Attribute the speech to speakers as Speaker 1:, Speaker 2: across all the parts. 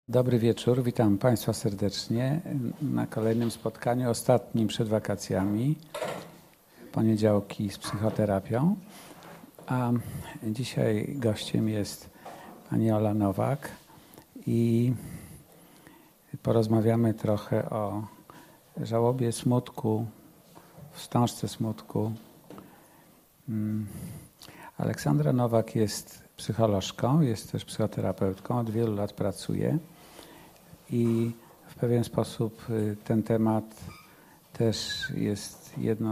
Speaker 1: Dobry wieczór, witam Państwa serdecznie na kolejnym spotkaniu, ostatnim przed wakacjami, poniedziałki z psychoterapią. A dzisiaj gościem jest pani Ola Nowak i porozmawiamy trochę o żałobie, smutku, wstążce smutku. Aleksandra Nowak jest psycholożką, jest też psychoterapeutką, od wielu lat pracuje i w pewien sposób ten temat też jest jednym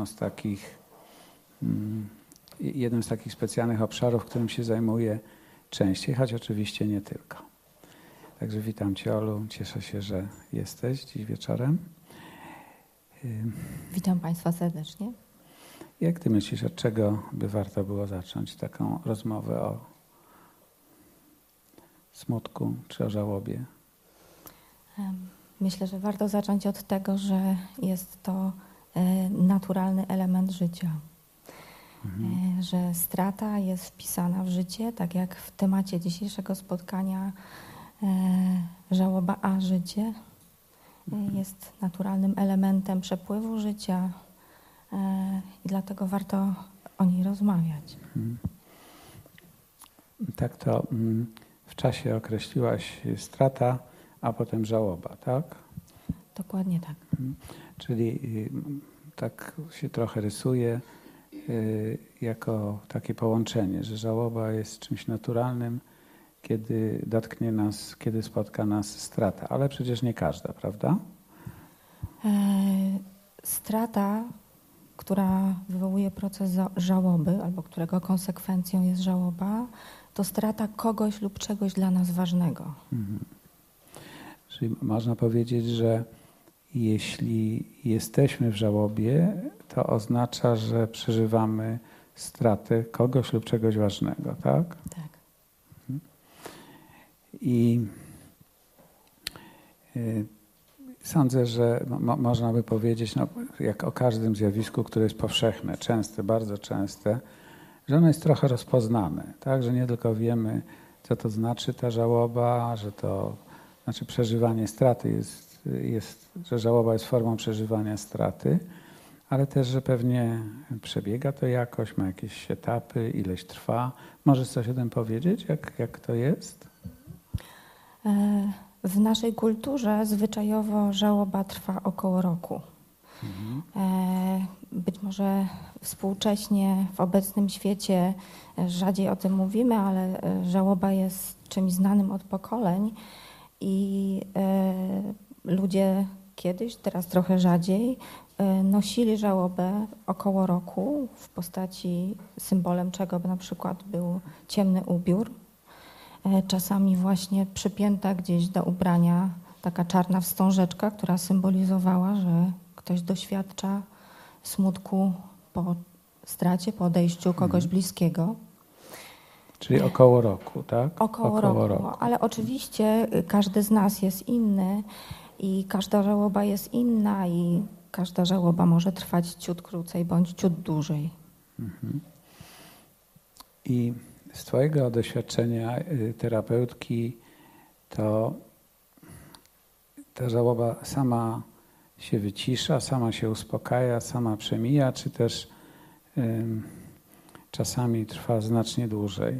Speaker 1: z takich specjalnych obszarów, którym się zajmuje częściej, choć oczywiście nie tylko. Także witam Cię, Olu, cieszę się, że jesteś dziś wieczorem.
Speaker 2: Witam Państwa serdecznie.
Speaker 1: Jak Ty myślisz, od czego by warto było zacząć taką rozmowę o smutku czy o żałobie?
Speaker 2: Myślę, że warto zacząć od tego, że jest to naturalny element życia. Że strata jest wpisana w życie, tak jak w temacie dzisiejszego spotkania żałoba a życie jest naturalnym elementem przepływu życia i dlatego warto o niej rozmawiać.
Speaker 1: Tak to w czasie określiłaś strata, a potem żałoba, tak?
Speaker 2: Dokładnie tak.
Speaker 1: Czyli tak się trochę rysuje jako takie połączenie, że żałoba jest czymś naturalnym, kiedy dotknie nas, kiedy spotka nas strata, ale przecież nie każda, prawda?
Speaker 2: Strata, która wywołuje proces żałoby, albo którego konsekwencją jest żałoba, to strata kogoś lub czegoś dla nas ważnego.
Speaker 1: Czyli można powiedzieć, że jeśli jesteśmy w żałobie, to oznacza, że przeżywamy stratę kogoś lub czegoś ważnego, tak?
Speaker 2: Tak.
Speaker 1: I sądzę, że można by powiedzieć, jak o każdym zjawisku, które jest powszechne, częste, bardzo częste, że ono jest trochę rozpoznane, tak? Że nie tylko wiemy, co to znaczy ta żałoba, że to znaczy przeżywanie straty że żałoba jest formą przeżywania straty, ale też, że pewnie przebiega to jakoś, ma jakieś etapy, ileś trwa. Możesz coś o tym powiedzieć, jak to jest?
Speaker 2: W naszej kulturze zwyczajowo żałoba trwa około roku. Być może współcześnie w obecnym świecie rzadziej o tym mówimy, ale żałoba jest czymś znanym od pokoleń i ludzie kiedyś, teraz trochę rzadziej, nosili żałobę około roku w postaci, symbolem czego by na przykład był ciemny ubiór. Czasami właśnie przypięta gdzieś do ubrania taka czarna wstążeczka, która symbolizowała, że ktoś doświadcza smutku po stracie, po odejściu kogoś bliskiego.
Speaker 1: Czyli około roku, tak?
Speaker 2: Około roku. Ale oczywiście każdy z nas jest inny i każda żałoba jest inna i każda żałoba może trwać ciut krócej bądź ciut dłużej.
Speaker 1: I z Twojego doświadczenia terapeutki to ta żałoba sama się wycisza, sama się uspokaja, sama przemija, czy też czasami trwa znacznie dłużej?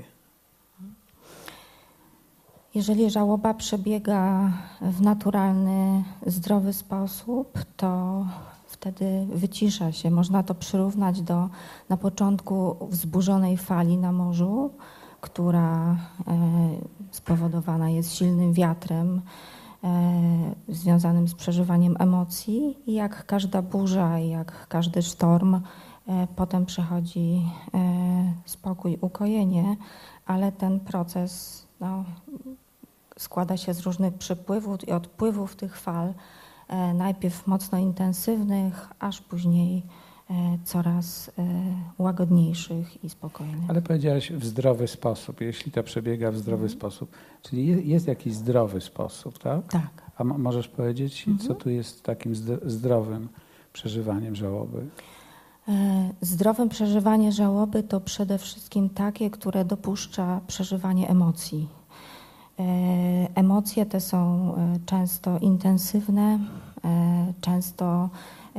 Speaker 2: Jeżeli żałoba przebiega w naturalny, zdrowy sposób, to wtedy wycisza się. Można to przyrównać do na początku wzburzonej fali na morzu, która spowodowana jest silnym wiatrem związanym z przeżywaniem emocji. I jak każda burza, jak każdy sztorm, potem przychodzi spokój, ukojenie, ale ten proces składa się z różnych przypływów i odpływów tych fal, najpierw mocno intensywnych, aż później coraz łagodniejszych i spokojnych.
Speaker 1: Ale powiedziałaś w zdrowy sposób, jeśli to przebiega w zdrowy sposób. Czyli jest jakiś zdrowy sposób, tak?
Speaker 2: Tak.
Speaker 1: A możesz powiedzieć, co tu jest takim zdrowym przeżywaniem żałoby?
Speaker 2: Zdrowe przeżywanie żałoby to przede wszystkim takie, które dopuszcza przeżywanie emocji. Emocje te są często intensywne, często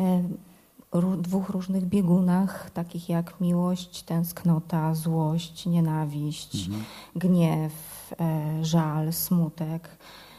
Speaker 2: w dwóch różnych biegunach, takich jak miłość, tęsknota, złość, nienawiść, gniew, żal, smutek.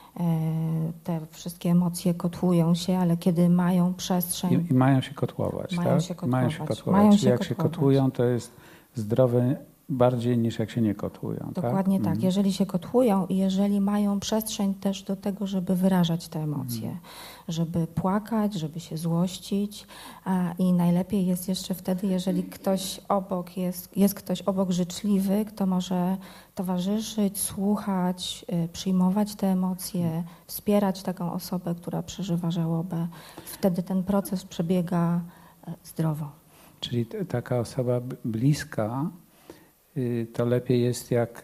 Speaker 2: Te wszystkie emocje kotłują się, ale kiedy mają przestrzeń...
Speaker 1: I mają się kotłować,
Speaker 2: mają
Speaker 1: tak?
Speaker 2: się kotłować.
Speaker 1: Mają się kotłować.
Speaker 2: Mają
Speaker 1: Czyli
Speaker 2: się
Speaker 1: jak się
Speaker 2: kotłować.
Speaker 1: kotłują, to jest zdrowe bardziej niż jak się nie kotłują,
Speaker 2: Dokładnie
Speaker 1: tak?
Speaker 2: tak. Jeżeli się kotłują i jeżeli mają przestrzeń też do tego, żeby wyrażać te emocje, żeby płakać, żeby się złościć, i najlepiej jest jeszcze wtedy, jeżeli ktoś obok jest ktoś obok życzliwy, kto może towarzyszyć, słuchać, przyjmować te emocje, wspierać taką osobę, która przeżywa żałobę. Wtedy ten proces przebiega zdrowo.
Speaker 1: Czyli taka osoba bliska, to lepiej jest jak,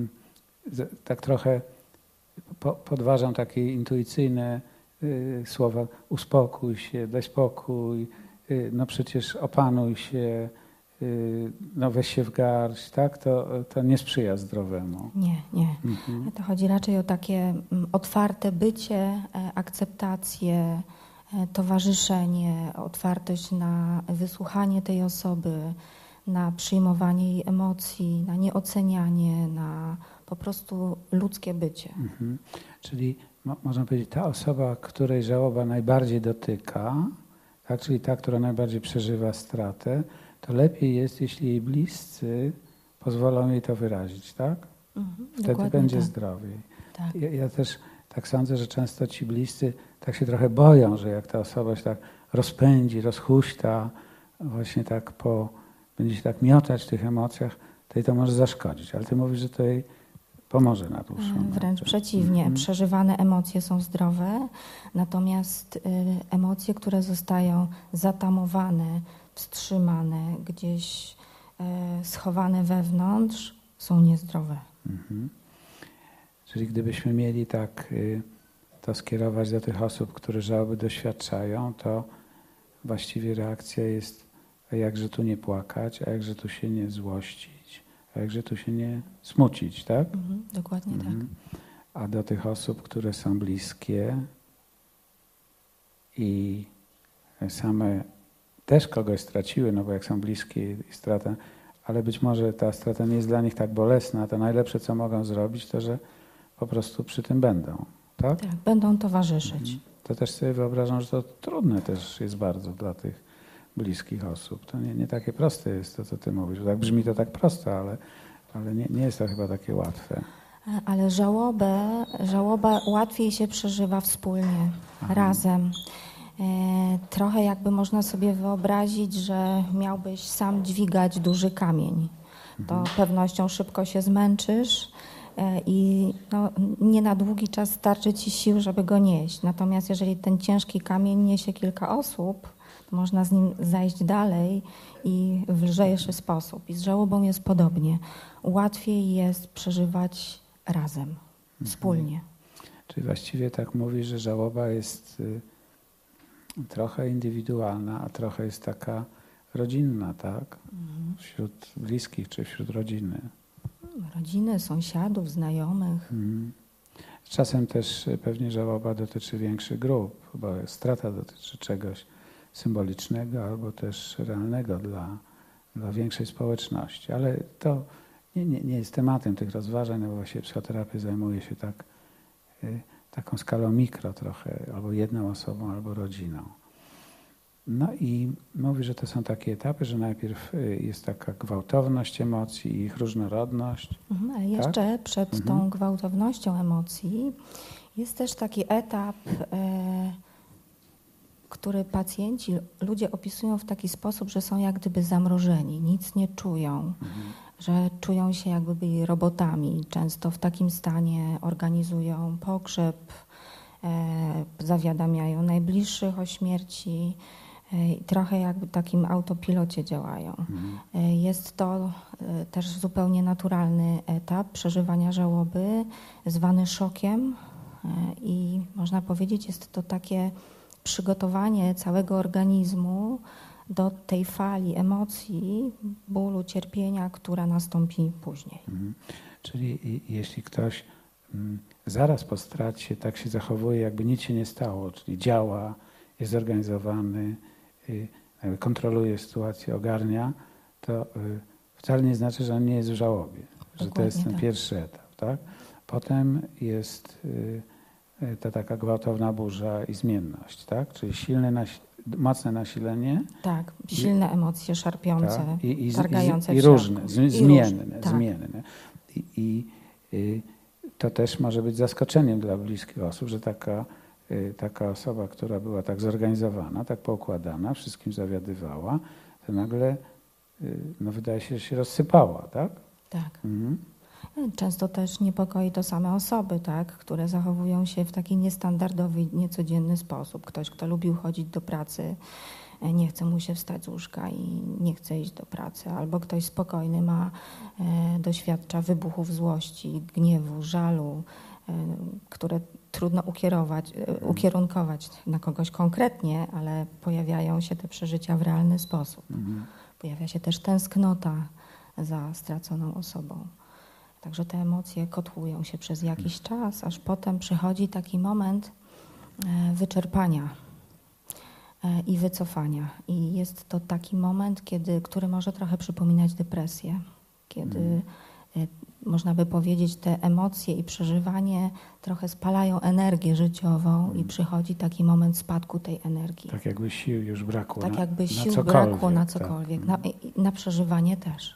Speaker 1: tak trochę podważam takie intuicyjne słowa, uspokój się, daj spokój, no przecież opanuj się, no weź się w garść, tak? To nie sprzyja zdrowemu.
Speaker 2: Nie. To chodzi raczej o takie otwarte bycie, akceptację, towarzyszenie, otwartość na wysłuchanie tej osoby, na przyjmowanie jej emocji, na nieocenianie, na po prostu ludzkie bycie.
Speaker 1: Czyli można powiedzieć, ta osoba, której żałoba najbardziej dotyka, tak, czyli ta, która najbardziej przeżywa stratę, to lepiej jest, jeśli jej bliscy pozwolą jej to wyrazić, tak? Wtedy będzie
Speaker 2: tak.
Speaker 1: zdrowiej.
Speaker 2: Tak.
Speaker 1: Ja też tak sądzę, że często ci bliscy tak się trochę boją, że jak ta osoba się tak rozpędzi, rozhuśta, właśnie tak będzie się tak miotać w tych emocjach, to jej to może zaszkodzić. Ale ty mówisz, że to jej pomoże na dłuższą metę.
Speaker 2: Wręcz przeciwnie. Przeżywane emocje są zdrowe, natomiast emocje, które zostają zatamowane, wstrzymane, gdzieś schowane wewnątrz, są niezdrowe.
Speaker 1: Czyli gdybyśmy mieli tak to skierować do tych osób, które żałoby doświadczają, to właściwie reakcja jest, a jakże tu nie płakać, a jakże tu się nie złościć, a jakże tu się nie smucić, tak?
Speaker 2: Dokładnie tak.
Speaker 1: A do tych osób, które są bliskie i same też kogoś straciły, no bo jak są bliskie i strata, ale być może ta strata nie jest dla nich tak bolesna, to najlepsze, co mogą zrobić, to że po prostu przy tym będą, tak?
Speaker 2: Tak, będą towarzyszyć.
Speaker 1: To też sobie wyobrażam, że to trudne też jest bardzo dla tych bliskich osób. To nie takie proste jest to, co ty mówisz. Tak brzmi to tak prosto, ale nie jest to chyba takie łatwe.
Speaker 2: Ale żałoba łatwiej się przeżywa wspólnie, razem. Trochę jakby można sobie wyobrazić, że miałbyś sam dźwigać duży kamień. To pewnością szybko się zmęczysz i nie na długi czas starczy ci sił, żeby go nieść. Natomiast jeżeli ten ciężki kamień niesie kilka osób, to można z nim zajść dalej i w lżejszy sposób. I z żałobą jest podobnie. Łatwiej jest przeżywać razem, wspólnie.
Speaker 1: Czyli właściwie tak mówisz, że żałoba jest trochę indywidualna, a trochę jest taka rodzinna, tak? Wśród bliskich czy wśród rodziny.
Speaker 2: Rodziny, sąsiadów, znajomych.
Speaker 1: Czasem też pewnie żałoba dotyczy większych grup, bo strata dotyczy czegoś symbolicznego albo też realnego dla większej społeczności. Ale to nie jest tematem tych rozważań, no bo właśnie psychoterapia zajmuje się taką skalą mikro trochę, albo jedną osobą, albo rodziną. No i mówi, że to są takie etapy, że najpierw jest taka gwałtowność emocji i ich różnorodność.
Speaker 2: Ale jeszcze przed tą gwałtownością emocji jest też taki etap, który ludzie opisują w taki sposób, że są jak gdyby zamrożeni, nic nie czują, że czują się jakby byli robotami. Często w takim stanie organizują pogrzeb, zawiadamiają najbliższych o śmierci i trochę jakby w takim autopilocie działają. Jest to też zupełnie naturalny etap przeżywania żałoby, zwany szokiem i można powiedzieć, jest to takie przygotowanie całego organizmu do tej fali emocji, bólu, cierpienia, która nastąpi później.
Speaker 1: Czyli jeśli ktoś zaraz po stracie tak się zachowuje, jakby nic się nie stało, czyli działa, jest zorganizowany, jakby kontroluje sytuację, ogarnia, to wcale nie znaczy, że on nie jest w żałobie, że to jest ten pierwszy etap, tak? Potem jest ta taka gwałtowna burza i zmienność, tak? Czyli mocne nasilenie.
Speaker 2: Tak, silne emocje szarpiące,
Speaker 1: tak,
Speaker 2: targające
Speaker 1: i różne, zmienne.
Speaker 2: Tak.
Speaker 1: Zmienne. I to też może być zaskoczeniem dla bliskich osób, że taka osoba, która była tak zorganizowana, tak poukładana, wszystkim zawiadywała, to nagle wydaje się, że się rozsypała, tak?
Speaker 2: Tak. Często też niepokoi to same osoby, tak, które zachowują się w taki niestandardowy, niecodzienny sposób. Ktoś, kto lubił chodzić do pracy, nie chce mu się wstać z łóżka i nie chce iść do pracy. Albo ktoś spokojny doświadcza wybuchów złości, gniewu, żalu, które trudno ukierunkować na kogoś konkretnie, ale pojawiają się te przeżycia w realny sposób. Pojawia się też tęsknota za straconą osobą. Także te emocje kotłują się przez jakiś czas, aż potem przychodzi taki moment wyczerpania i wycofania. I jest to taki moment, który może trochę przypominać depresję, kiedy można by powiedzieć, te emocje i przeżywanie trochę spalają energię życiową i przychodzi taki moment spadku tej energii.
Speaker 1: Tak jakby sił już brakło.
Speaker 2: Tak jakby sił
Speaker 1: cokolwiek,
Speaker 2: brakło na cokolwiek,
Speaker 1: tak.
Speaker 2: na przeżywanie też.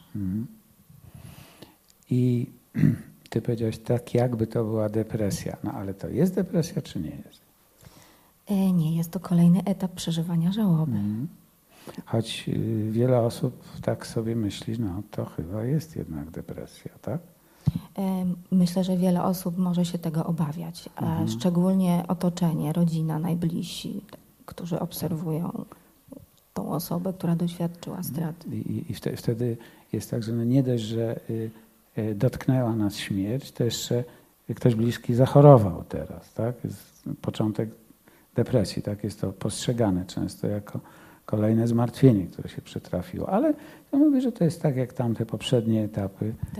Speaker 1: I ty powiedziałeś, tak jakby to była depresja. No ale to jest depresja, czy nie jest?
Speaker 2: Nie, jest to kolejny etap przeżywania żałoby.
Speaker 1: Choć wiele osób tak sobie myśli, no to chyba jest jednak depresja, tak?
Speaker 2: Myślę, że wiele osób może się tego obawiać, szczególnie otoczenie, rodzina, najbliżsi, którzy obserwują tą osobę, która doświadczyła straty.
Speaker 1: I wtedy jest tak, że no nie dość, że dotknęła nas śmierć, to jeszcze ktoś bliski zachorował teraz, tak? Jest początek depresji, tak? Jest to postrzegane często jako kolejne zmartwienie, które się przytrafiło. Ale ja mówię, że to jest tak jak tamte poprzednie etapy.
Speaker 2: Tak.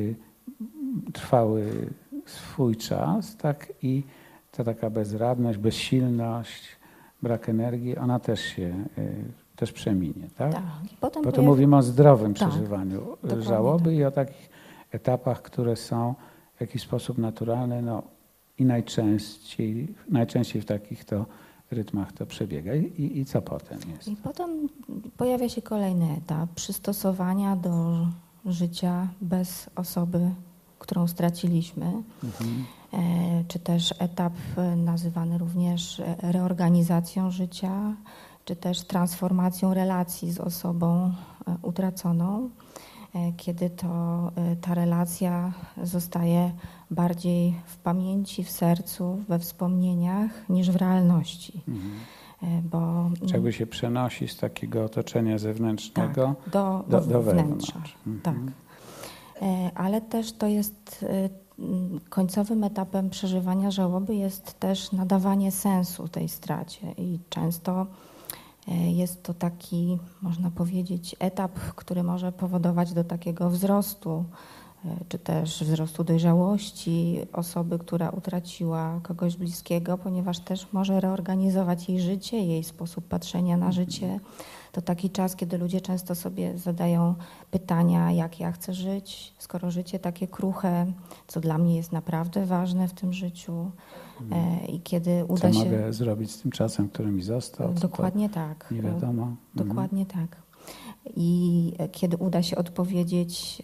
Speaker 1: Trwały swój czas, tak? I ta taka bezradność, bezsilność, brak energii, ona też przeminie, tak?
Speaker 2: Tak. I potem
Speaker 1: Bo to mówimy o zdrowym
Speaker 2: tak,
Speaker 1: przeżywaniu
Speaker 2: dokładnie
Speaker 1: żałoby
Speaker 2: tak.
Speaker 1: i o takich etapach, które są w jakiś sposób naturalne, no i najczęściej w takich to rytmach to przebiega. I co potem jest?
Speaker 2: I potem pojawia się kolejny etap przystosowania do życia bez osoby, którą straciliśmy, czy też etap nazywany również reorganizacją życia, czy też transformacją relacji z osobą utraconą, kiedy to ta relacja zostaje bardziej w pamięci, w sercu, we wspomnieniach niż w realności. Bo
Speaker 1: Czy jakby się przenosi z takiego otoczenia zewnętrznego
Speaker 2: do wnętrza. Tak. Ale też to jest końcowym etapem przeżywania żałoby jest też nadawanie sensu tej stracie i często jest to taki, można powiedzieć, etap, który może powodować do takiego wzrostu, czy też wzrostu dojrzałości osoby, która utraciła kogoś bliskiego, ponieważ też może reorganizować jej życie, jej sposób patrzenia na życie. To taki czas, kiedy ludzie często sobie zadają pytania, jak ja chcę żyć, skoro życie takie kruche, co dla mnie jest naprawdę ważne w tym życiu. I kiedy uda
Speaker 1: co
Speaker 2: się...
Speaker 1: mogę zrobić z tym czasem, który mi został?
Speaker 2: Dokładnie tak.
Speaker 1: Nie wiadomo.
Speaker 2: Dokładnie tak. I kiedy uda się odpowiedzieć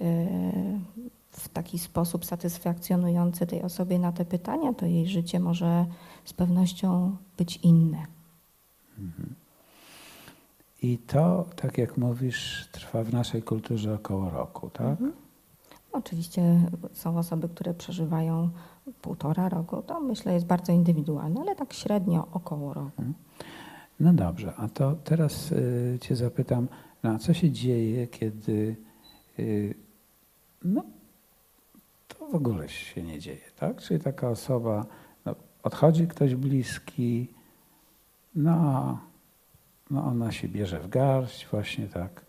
Speaker 2: w taki sposób satysfakcjonujący tej osobie na te pytania, to jej życie może z pewnością być inne.
Speaker 1: I to, tak jak mówisz, trwa w naszej kulturze około roku, tak?
Speaker 2: Oczywiście są osoby, które przeżywają 1,5 roku. To myślę jest bardzo indywidualne, ale tak średnio około roku.
Speaker 1: No dobrze, a to teraz cię zapytam, no, co się dzieje, kiedy to w ogóle się nie dzieje, tak? Czyli taka osoba, odchodzi ktoś bliski, ona się bierze w garść, właśnie tak,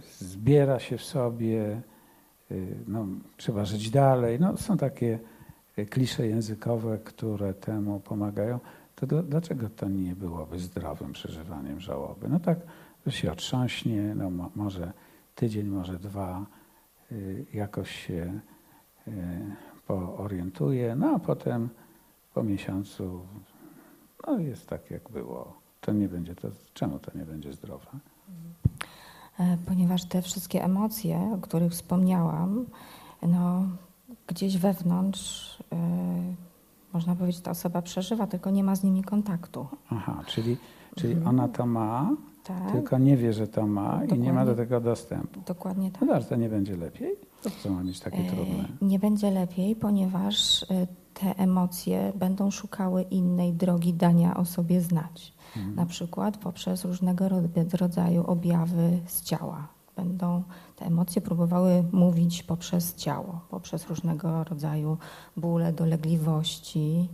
Speaker 1: zbiera się w sobie, trzeba żyć dalej. Są takie klisze językowe, które temu pomagają, to dlaczego to nie byłoby zdrowym przeżywaniem żałoby? No tak, że się otrząśnie, no może tydzień, może 2, jakoś się poorientuje, no a potem po miesiącu no jest tak, jak było. To nie będzie to, czemu to nie będzie zdrowe?
Speaker 2: Ponieważ te wszystkie emocje, o których wspomniałam, no, gdzieś wewnątrz, można powiedzieć, ta osoba przeżywa, tylko nie ma z nimi kontaktu.
Speaker 1: Aha, czyli ona to ma,
Speaker 2: Tak,
Speaker 1: tylko nie wie, że to ma i nie ma do
Speaker 2: Dokładnie.
Speaker 1: tego dostępu.
Speaker 2: dokładnie tak.
Speaker 1: No dobrze, to nie będzie lepiej? To co ma być takie trudne?
Speaker 2: Nie będzie lepiej, ponieważ te emocje będą szukały innej drogi dania o sobie znać. Na przykład poprzez różnego rodzaju objawy z ciała. Będą te emocje próbowały mówić poprzez ciało, poprzez różnego rodzaju bóle, dolegliwości,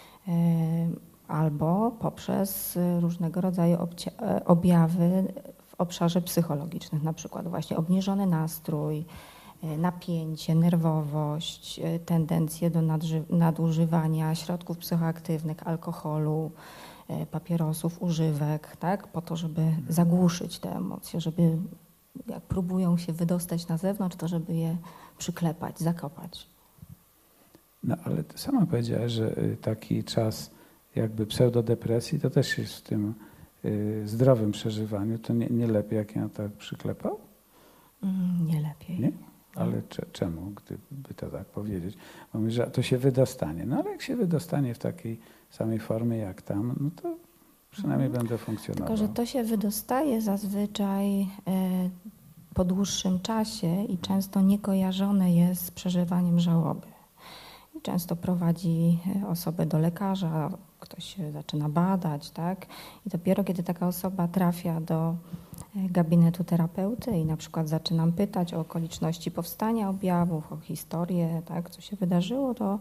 Speaker 2: albo poprzez różnego rodzaju objawy w obszarze psychologicznym, na przykład właśnie obniżony nastrój, napięcie, nerwowość, tendencje do nadużywania środków psychoaktywnych, alkoholu, papierosów, używek, tak? Po to, żeby zagłuszyć te emocje, żeby jak próbują się wydostać na zewnątrz, to żeby je przyklepać, zakopać.
Speaker 1: No ale ty sama powiedziałaś, że taki czas jakby pseudodepresji to też jest w tym zdrowym przeżywaniu. To nie lepiej, jak ją tak przyklepał?
Speaker 2: Nie lepiej.
Speaker 1: Nie? Ale czemu, gdyby to tak powiedzieć? Bo mówisz, że to się wydostanie. No ale jak się wydostanie w takiej samej formie jak tam, no to przynajmniej będę funkcjonował.
Speaker 2: Tylko, że to się wydostaje zazwyczaj po dłuższym czasie i często niekojarzone jest z przeżywaniem żałoby. I często prowadzi osobę do lekarza, ktoś się zaczyna badać, tak? I dopiero kiedy taka osoba trafia do gabinetu terapeuty i na przykład zaczynam pytać o okoliczności powstania objawów, o historię, tak, co się wydarzyło, to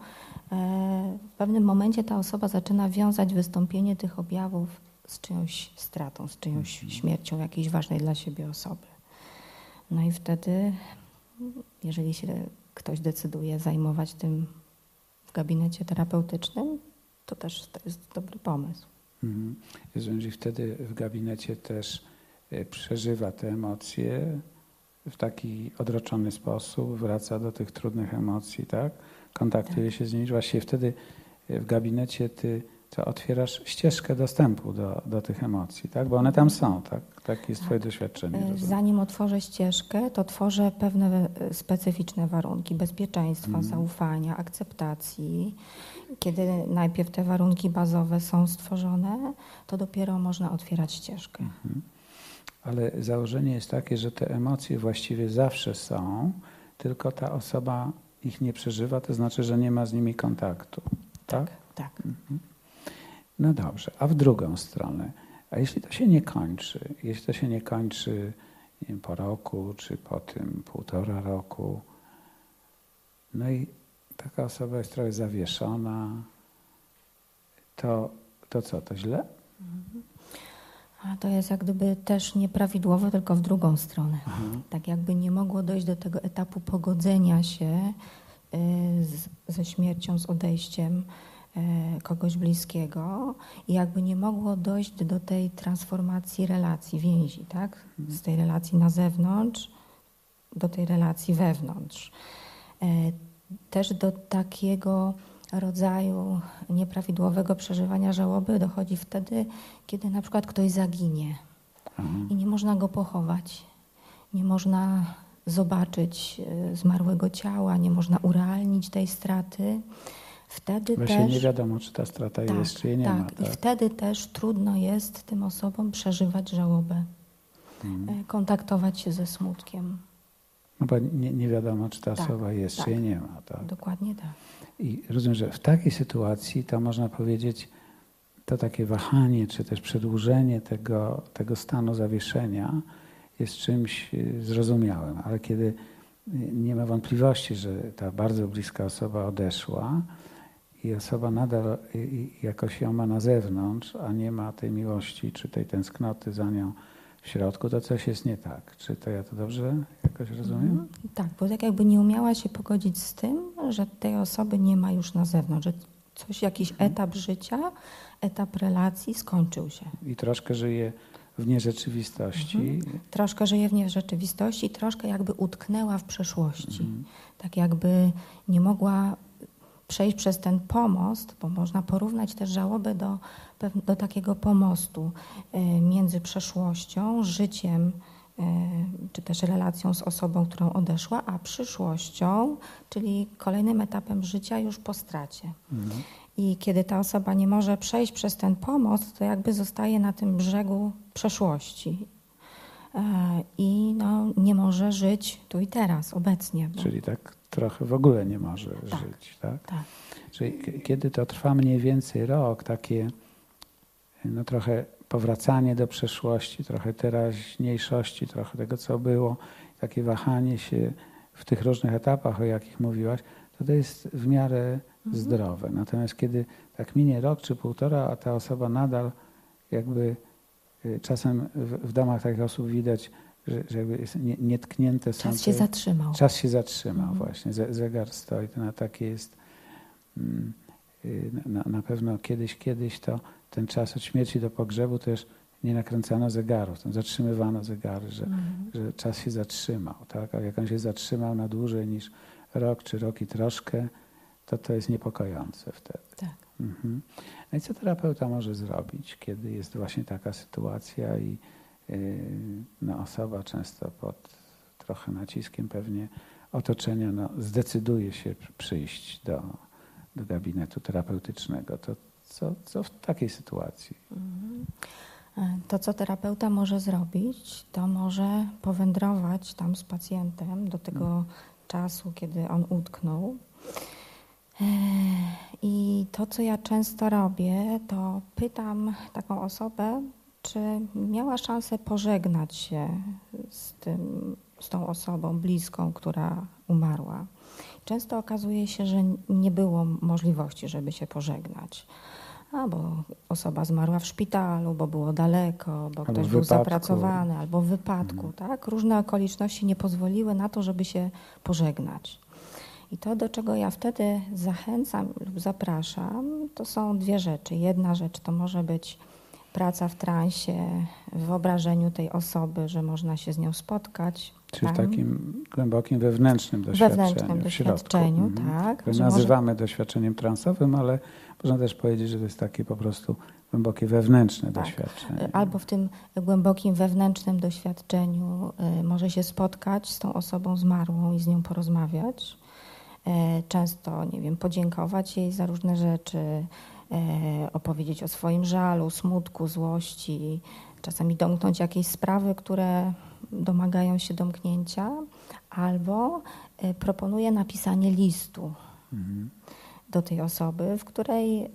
Speaker 2: w pewnym momencie ta osoba zaczyna wiązać wystąpienie tych objawów z czyjąś stratą, z czyjąś śmiercią jakiejś ważnej dla siebie osoby. No i wtedy, jeżeli się ktoś decyduje zajmować tym w gabinecie terapeutycznym, to też to jest dobry pomysł.
Speaker 1: Jeżeli wtedy w gabinecie też przeżywa te emocje w taki odroczony sposób, wraca do tych trudnych emocji, tak? Kontaktuje się z nimi. Właściwie wtedy w gabinecie ty otwierasz ścieżkę dostępu do tych emocji, tak? Bo one tam są, tak? Takie jest twoje doświadczenie.
Speaker 2: Zanim otworzę ścieżkę, to tworzę pewne specyficzne warunki bezpieczeństwa, zaufania, akceptacji. Kiedy najpierw te warunki bazowe są stworzone, to dopiero można otwierać ścieżkę.
Speaker 1: Ale założenie jest takie, że te emocje właściwie zawsze są, tylko ta osoba ich nie przeżywa, to znaczy, że nie ma z nimi kontaktu. Tak?
Speaker 2: Tak.
Speaker 1: No dobrze, a w drugą stronę, a jeśli to się nie kończy, nie wiem, po roku, czy po tym 1,5 roku, no i taka osoba jest trochę zawieszona, to co, to źle?
Speaker 2: A to jest jak gdyby też nieprawidłowo, tylko w drugą stronę. Tak jakby nie mogło dojść do tego etapu pogodzenia się ze śmiercią, z odejściem kogoś bliskiego i jakby nie mogło dojść do tej transformacji relacji, więzi, tak? Z tej relacji na zewnątrz do tej relacji wewnątrz. Też do takiego rodzaju nieprawidłowego przeżywania żałoby dochodzi wtedy, kiedy na przykład ktoś zaginie i nie można go pochować, nie można zobaczyć zmarłego ciała, nie można urealnić tej straty. Wtedy
Speaker 1: Właśnie
Speaker 2: też
Speaker 1: nie wiadomo, czy ta strata jest, czy jej nie ma. Tak?
Speaker 2: I wtedy też trudno jest tym osobom przeżywać żałobę, kontaktować się ze smutkiem.
Speaker 1: No bo nie wiadomo, czy ta osoba jest, czy jej nie ma. Tak?
Speaker 2: Dokładnie tak.
Speaker 1: I rozumiem, że w takiej sytuacji to można powiedzieć, to takie wahanie, czy też przedłużenie tego stanu zawieszenia jest czymś zrozumiałym. Ale kiedy nie ma wątpliwości, że ta bardzo bliska osoba odeszła i osoba nadal jakoś ją ma na zewnątrz, a nie ma tej miłości, czy tej tęsknoty za nią w środku, to coś jest nie tak. Czy to ja to dobrze jakoś rozumiem?
Speaker 2: Tak, bo tak jakby nie umiała się pogodzić z tym, że tej osoby nie ma już na zewnątrz, że jakiś etap życia, etap relacji skończył się.
Speaker 1: I troszkę żyje w nierzeczywistości.
Speaker 2: Troszkę żyje w nierzeczywistości, troszkę jakby utknęła w przeszłości. Tak jakby nie mogła przejść przez ten pomost, bo można porównać też żałobę do takiego pomostu między przeszłością, życiem, czy też relacją z osobą, którą odeszła, a przyszłością, czyli kolejnym etapem życia już po stracie. I kiedy ta osoba nie może przejść przez ten pomost, to jakby zostaje na tym brzegu przeszłości. I nie może żyć tu i teraz, obecnie.
Speaker 1: Czyli tak trochę w ogóle nie może żyć, tak?
Speaker 2: Tak.
Speaker 1: Czyli kiedy to trwa mniej więcej rok, takie trochę powracanie do przeszłości, trochę teraźniejszości, trochę tego, co było, takie wahanie się w tych różnych etapach, o jakich mówiłaś, to jest w miarę zdrowe. Natomiast kiedy tak minie rok czy półtora, a ta osoba nadal jakby czasem w domach takich osób widać, że jakby jest nietknięte są.
Speaker 2: Czas się zatrzymał.
Speaker 1: Czas się zatrzymał właśnie. Zegar stoi. To na takie jest na pewno kiedyś to ten czas od śmierci do pogrzebu też nie nakręcano zegarów, tam zatrzymywano zegary, że czas się zatrzymał, tak? A jak on się zatrzymał na dłużej niż rok czy rok i troszkę, to jest niepokojące wtedy.
Speaker 2: Tak.
Speaker 1: No i co terapeuta może zrobić, kiedy jest właśnie taka sytuacja i osoba często pod trochę naciskiem pewnie otoczenia zdecyduje się przyjść do gabinetu terapeutycznego. To co w takiej sytuacji?
Speaker 2: To, co terapeuta może zrobić, to może powędrować tam z pacjentem do tego czasu, kiedy on utknął. I to, co ja często robię, to pytam taką osobę, czy miała szansę pożegnać się z tą osobą bliską, która umarła. Często okazuje się, że nie było możliwości, żeby się pożegnać. Bo osoba zmarła w szpitalu, bo było daleko, bo ktoś był zapracowany, albo w wypadku. Tak? Różne okoliczności nie pozwoliły na to, żeby się pożegnać. I to, do czego ja wtedy zachęcam lub zapraszam, to są dwie rzeczy. Jedna rzecz to może być praca w transie, w wyobrażeniu tej osoby, że można się z nią spotkać.
Speaker 1: Czyli w takim głębokim wewnętrznym
Speaker 2: doświadczeniu, tak.
Speaker 1: Które nazywamy doświadczeniem transowym, ale można też powiedzieć, że to jest takie po prostu głębokie wewnętrzne doświadczenie.
Speaker 2: Albo w tym głębokim wewnętrznym doświadczeniu może się spotkać z tą osobą zmarłą i z nią porozmawiać. Często, podziękować jej za różne rzeczy, opowiedzieć o swoim żalu, smutku, złości, czasami domknąć jakieś sprawy, które domagają się domknięcia, albo proponuję napisanie listu do tej osoby, w której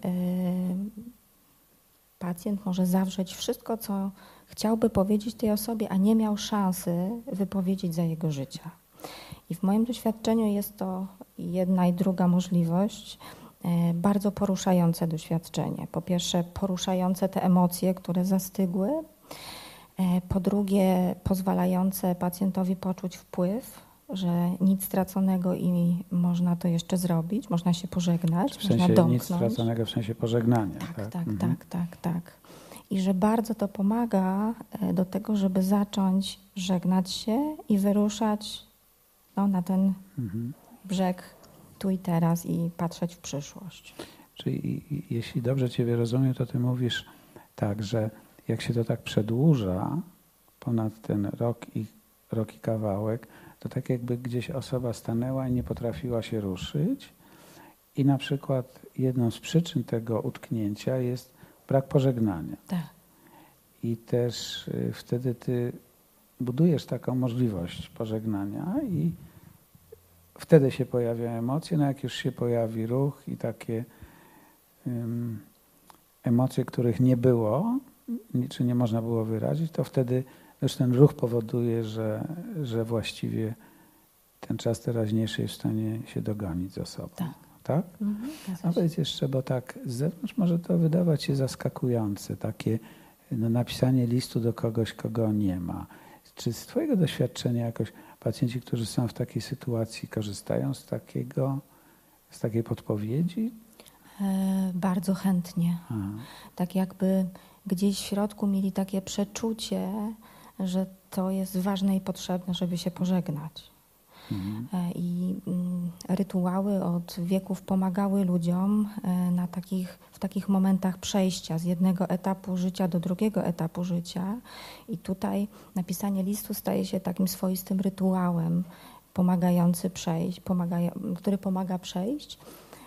Speaker 2: pacjent może zawrzeć wszystko, co chciałby powiedzieć tej osobie, a nie miał szansy wypowiedzieć za jego życia. I w moim doświadczeniu jest to jedna i druga możliwość, bardzo poruszające doświadczenie. Po pierwsze, poruszające te emocje, które zastygły. Po drugie, pozwalające pacjentowi poczuć wpływ, że nic straconego i można to jeszcze zrobić, można się pożegnać,
Speaker 1: w sensie
Speaker 2: można domknąć.
Speaker 1: Nic straconego w sensie pożegnania.
Speaker 2: Tak. I że bardzo to pomaga do tego, żeby zacząć żegnać się i wyruszać na ten brzeg tu i teraz i patrzeć w przyszłość.
Speaker 1: Czyli jeśli dobrze Ciebie rozumiem, to Ty mówisz tak, że jak się to tak przedłuża ponad ten rok i kawałek, to tak jakby gdzieś osoba stanęła i nie potrafiła się ruszyć i na przykład jedną z przyczyn tego utknięcia jest brak pożegnania.
Speaker 2: Tak.
Speaker 1: I też wtedy Ty budujesz taką możliwość pożegnania i wtedy się pojawiają emocje, jak już się pojawi ruch i takie emocje, których nie było, czy nie można było wyrazić, to wtedy już ten ruch powoduje, że właściwie ten czas teraźniejszy jest w stanie się dogonić z osobą. Tak? A powiedz jeszcze, bo tak z zewnątrz może to wydawać się zaskakujące, takie no, napisanie listu do kogoś, kogo nie ma. Czy z twojego doświadczenia jakoś pacjenci, którzy są w takiej sytuacji, korzystają z takiej podpowiedzi?
Speaker 2: Bardzo chętnie. Tak jakby gdzieś w środku mieli takie przeczucie, że to jest ważne i potrzebne, żeby się pożegnać. I rytuały od wieków pomagały ludziom w takich momentach przejścia z jednego etapu życia do drugiego etapu życia. I tutaj napisanie listu staje się takim swoistym rytuałem pomagający przejść, który pomaga przejść.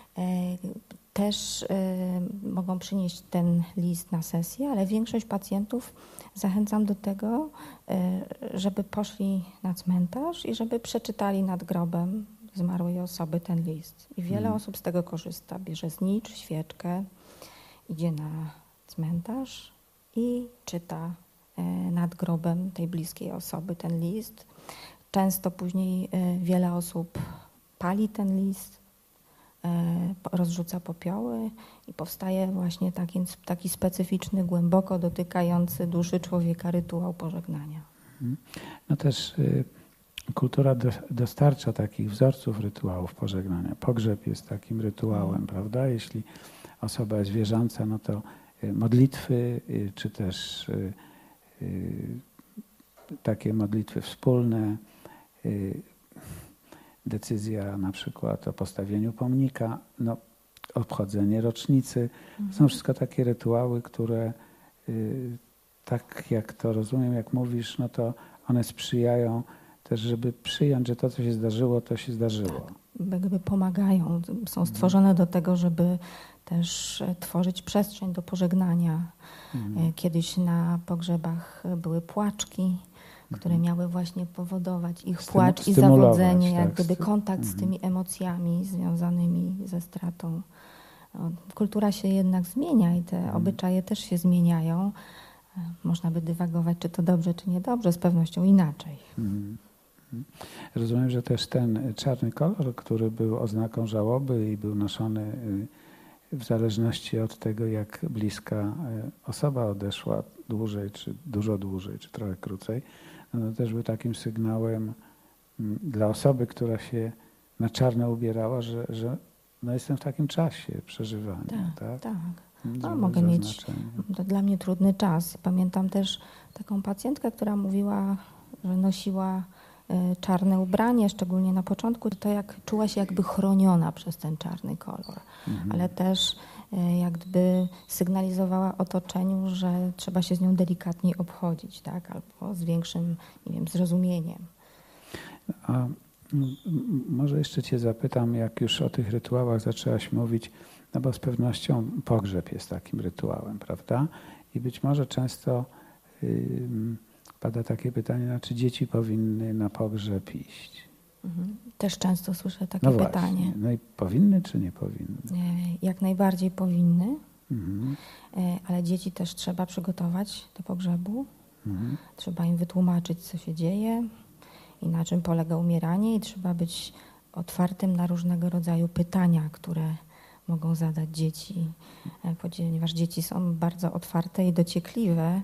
Speaker 2: Też mogą przynieść ten list na sesję, ale większość pacjentów zachęcam do tego, żeby poszli na cmentarz i żeby przeczytali nad grobem zmarłej osoby ten list. I wiele osób z tego korzysta. Bierze znicz, świeczkę, idzie na cmentarz i czyta nad grobem tej bliskiej osoby ten list. Często później wiele osób pali ten list, rozrzuca popioły i powstaje właśnie taki specyficzny, głęboko dotykający duszy człowieka rytuał pożegnania.
Speaker 1: No też kultura dostarcza takich wzorców rytuałów pożegnania. Pogrzeb jest takim rytuałem, prawda? Jeśli osoba jest wierząca, no to modlitwy, czy też takie modlitwy wspólne, decyzja na przykład o postawieniu pomnika, no, obchodzenie rocznicy. Są wszystko takie rytuały, które tak jak to rozumiem, jak mówisz, no to one sprzyjają też, żeby przyjąć, że to, co się zdarzyło, to się zdarzyło.
Speaker 2: Tak, jakby pomagają. Są stworzone do tego, żeby też tworzyć przestrzeń do pożegnania. Kiedyś na pogrzebach były płaczki, które miały właśnie powodować ich płacz i zawodzenie, jak gdyby kontakt z tymi emocjami związanymi ze stratą. Kultura się jednak zmienia i te obyczaje też się zmieniają. Można by dywagować, czy to dobrze, czy niedobrze, z pewnością inaczej.
Speaker 1: Rozumiem, że też ten czarny kolor, który był oznaką żałoby i był noszony w zależności od tego, jak bliska osoba odeszła, dłużej, czy dużo dłużej, czy trochę krócej, no to też był takim sygnałem dla osoby, która się na czarno ubierała, że no jestem w takim czasie przeżywania. Tak.
Speaker 2: No, mogę mieć to dla mnie trudny czas. Pamiętam też taką pacjentkę, która mówiła, że nosiła czarne ubranie, szczególnie na początku, to jak czuła się jakby chroniona przez ten czarny kolor, ale też jak gdyby sygnalizowała otoczeniu, że trzeba się z nią delikatniej obchodzić, tak? Albo z większym, nie wiem, zrozumieniem.
Speaker 1: A może jeszcze cię zapytam, jak już o tych rytuałach zaczęłaś mówić, no bo z pewnością pogrzeb jest takim rytuałem, prawda? I być może często pada takie pytanie, no, czy dzieci powinny na pogrzeb iść?
Speaker 2: Też często słyszę takie pytanie.
Speaker 1: No i powinny czy nie powinny?
Speaker 2: Jak najbardziej powinny, ale dzieci też trzeba przygotować do pogrzebu. Trzeba im wytłumaczyć, co się dzieje i na czym polega umieranie i trzeba być otwartym na różnego rodzaju pytania, które mogą zadać dzieci, ponieważ dzieci są bardzo otwarte i dociekliwe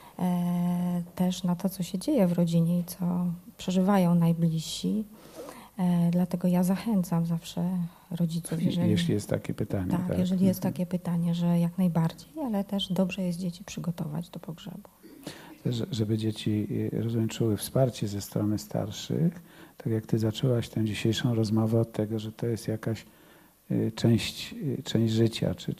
Speaker 2: też na to, co się dzieje w rodzinie i co przeżywają najbliżsi. Dlatego ja zachęcam zawsze rodziców,
Speaker 1: jeśli jest takie pytanie.
Speaker 2: Tak, jeżeli jest takie pytanie, że jak najbardziej, ale też dobrze jest dzieci przygotować do pogrzebu.
Speaker 1: Żeby dzieci, rozumiem, czuły wsparcie ze strony starszych, tak jak ty zaczęłaś tę dzisiejszą rozmowę od tego, że to jest jakaś część życia, czy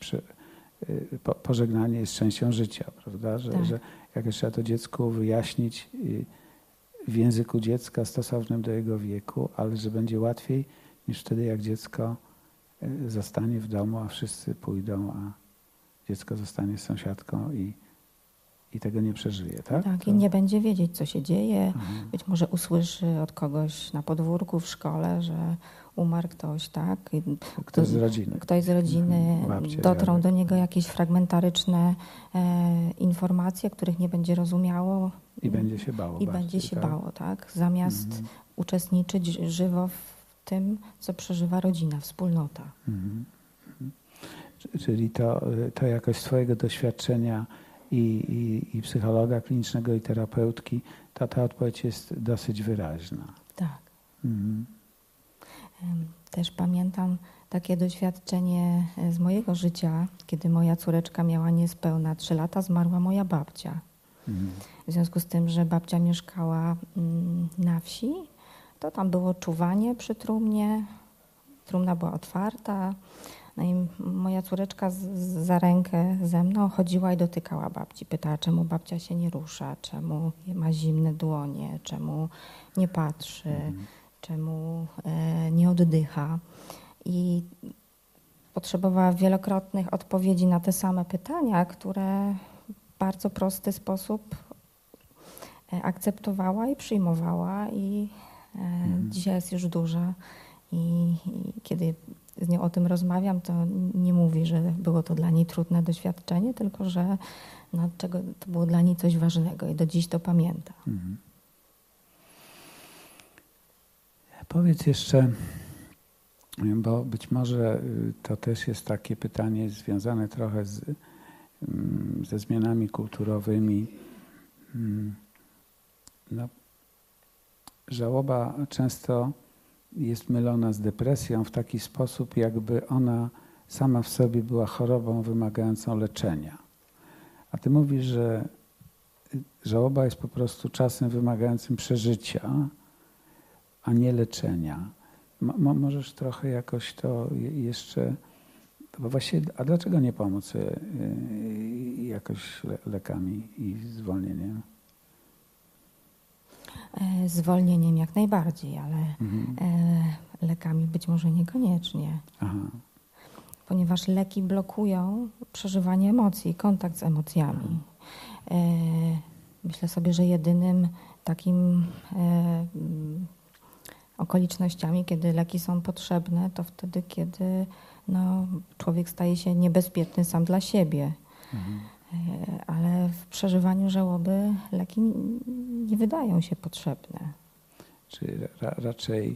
Speaker 1: pożegnanie jest częścią życia, prawda? Że jakoś trzeba to dziecku wyjaśnić w języku dziecka stosownym do jego wieku, ale że będzie łatwiej niż wtedy, jak dziecko zostanie w domu, a wszyscy pójdą, a dziecko zostanie z sąsiadką i tego nie przeżyje, tak?
Speaker 2: Tak, i nie będzie wiedzieć, co się dzieje. Być może usłyszy od kogoś na podwórku, w szkole, że umarł ktoś, tak?
Speaker 1: Ktoś z rodziny.
Speaker 2: Dotrą do niego jakieś fragmentaryczne informacje, których nie będzie rozumiało.
Speaker 1: I będzie się bało.
Speaker 2: Bało, tak? Zamiast uczestniczyć żywo w tym, co przeżywa rodzina, wspólnota.
Speaker 1: Czyli to jakoś z twojego doświadczenia i psychologa klinicznego, i terapeutki, to ta odpowiedź jest dosyć wyraźna.
Speaker 2: Tak.
Speaker 1: Mhm.
Speaker 2: Też pamiętam takie doświadczenie z mojego życia, kiedy moja córeczka miała niespełna 3 lata, zmarła moja babcia.
Speaker 1: Mhm.
Speaker 2: W związku z tym, że babcia mieszkała na wsi, to tam było czuwanie przy trumnie, trumna była otwarta, no i moja córeczka za rękę ze mną chodziła i dotykała babci. Pytała, czemu babcia się nie rusza, czemu ma zimne dłonie, czemu nie patrzy, czemu nie oddycha. I potrzebowała wielokrotnych odpowiedzi na te same pytania, które w bardzo prosty sposób akceptowała i przyjmowała. I dzisiaj jest już duża. I kiedy z nią o tym rozmawiam, to nie mówi, że było to dla niej trudne doświadczenie, tylko że to było dla niej coś ważnego i do dziś to pamięta.
Speaker 1: Mhm. Powiedz jeszcze, bo być może to też jest takie pytanie związane trochę ze zmianami kulturowymi. No, żałoba często jest mylona z depresją w taki sposób, jakby ona sama w sobie była chorobą wymagającą leczenia. A ty mówisz, że żałoba jest po prostu czasem wymagającym przeżycia, a nie leczenia. Możesz trochę jakoś to jeszcze... Bo właściwie, a dlaczego nie pomóc jakoś lekami i zwolnieniem?
Speaker 2: Zwolnieniem jak najbardziej, ale lekami być może niekoniecznie.
Speaker 1: Aha.
Speaker 2: Ponieważ leki blokują przeżywanie emocji, kontakt z emocjami. Myślę sobie, że jedynym takim okolicznościami, kiedy leki są potrzebne, to wtedy, kiedy człowiek staje się niebezpieczny sam dla siebie. Ale w przeżywaniu żałoby leki nie wydają się potrzebne.
Speaker 1: Czyli raczej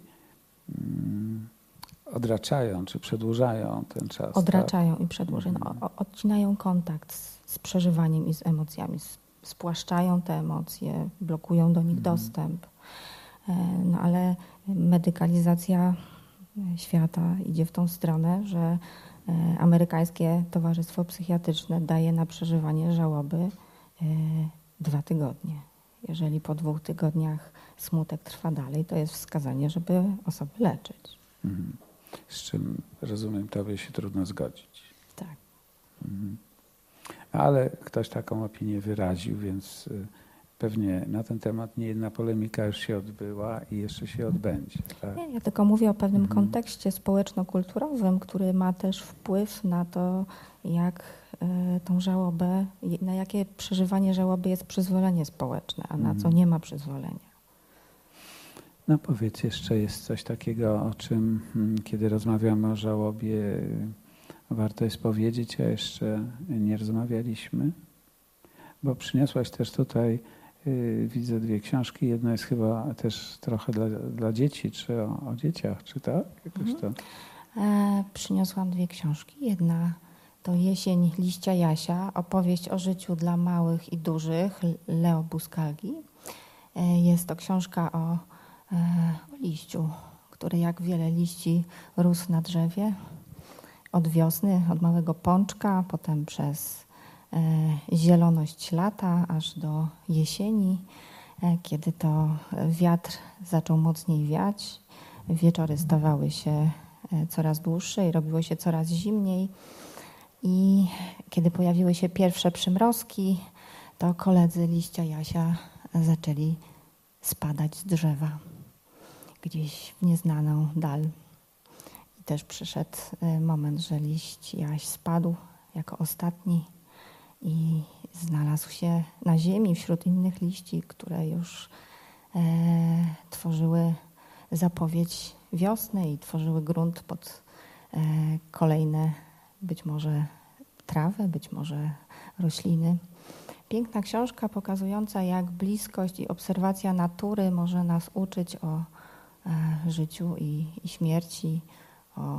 Speaker 1: odraczają, czy przedłużają ten czas?
Speaker 2: Odraczają i przedłużają. Odcinają kontakt z przeżywaniem i z emocjami. Spłaszczają te emocje, blokują do nich dostęp. Ale medykalizacja świata idzie w tą stronę, że amerykańskie Towarzystwo Psychiatryczne daje na przeżywanie żałoby 2 tygodnie. Jeżeli po 2 tygodniach smutek trwa dalej, to jest wskazanie, żeby osobę leczyć.
Speaker 1: Z czym, rozumiem, tobie się trudno zgodzić.
Speaker 2: Tak.
Speaker 1: Ale ktoś taką opinię wyraził, więc pewnie na ten temat niejedna polemika już się odbyła i jeszcze się odbędzie. Tak?
Speaker 2: Nie, ja tylko mówię o pewnym kontekście społeczno-kulturowym, który ma też wpływ na to, jak tą żałobę, na jakie przeżywanie żałoby jest przyzwolenie społeczne, a na co nie ma przyzwolenia.
Speaker 1: No powiedz, jeszcze jest coś takiego, o czym, kiedy rozmawiamy o żałobie, warto jest powiedzieć, a jeszcze nie rozmawialiśmy? Bo przyniosłaś też tutaj, widzę 2 książki. Jedna jest chyba też trochę dla dzieci, czy o dzieciach, czy tak? Jakoś to.
Speaker 2: Przyniosłam 2 książki. Jedna to Jesień liścia Jasia, opowieść o życiu dla małych i dużych, Leo Buscagli. Jest to książka o liściu, który jak wiele liści rósł na drzewie. Od wiosny, od małego pączka, potem przez zieloność lata, aż do jesieni, kiedy to wiatr zaczął mocniej wiać. Wieczory stawały się coraz dłuższe i robiło się coraz zimniej. I kiedy pojawiły się pierwsze przymrozki, to koledzy liścia Jasia zaczęli spadać z drzewa gdzieś w nieznaną dal. I też przyszedł moment, że liść Jaś spadł jako ostatni i znalazł się na ziemi wśród innych liści, które już tworzyły zapowiedź wiosny i tworzyły grunt pod kolejne być może trawy, być może rośliny. Piękna książka pokazująca, jak bliskość i obserwacja natury może nas uczyć o życiu i śmierci,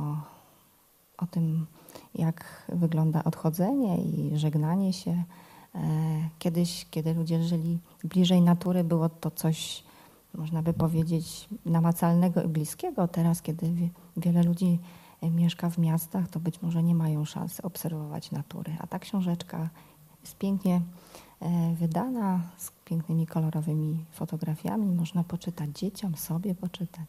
Speaker 2: o tym, jak wygląda odchodzenie i żegnanie się Kiedyś, kiedy ludzie żyli bliżej natury, było to coś, można by powiedzieć, namacalnego i bliskiego. Teraz, kiedy wiele ludzi mieszka w miastach, to być może nie mają szansy obserwować natury. A ta książeczka jest pięknie wydana, z pięknymi, kolorowymi fotografiami. Można poczytać dzieciom, sobie poczytać.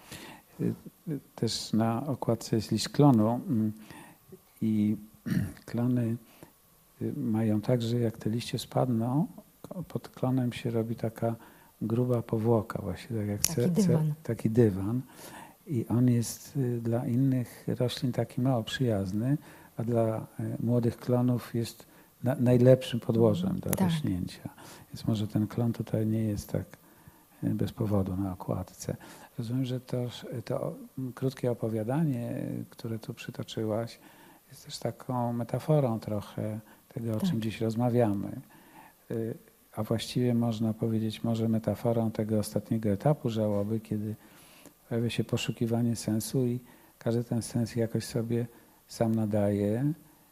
Speaker 1: Też na okładce jest liść klonu i klony mają tak, że jak te liście spadną, pod klonem się robi taka gruba powłoka, właśnie tak jak taki dywan. I on jest dla innych roślin taki mało przyjazny, a dla młodych klonów jest najlepszym podłożem do rośnięcia. Więc może ten klon tutaj nie jest tak bez powodu na okładce. Rozumiem, że to krótkie opowiadanie, które tu przytoczyłaś, jest też taką metaforą trochę tego, o czym dziś rozmawiamy. A właściwie można powiedzieć może metaforą tego ostatniego etapu żałoby, kiedy pojawia się poszukiwanie sensu i każdy ten sens jakoś sobie sam nadaje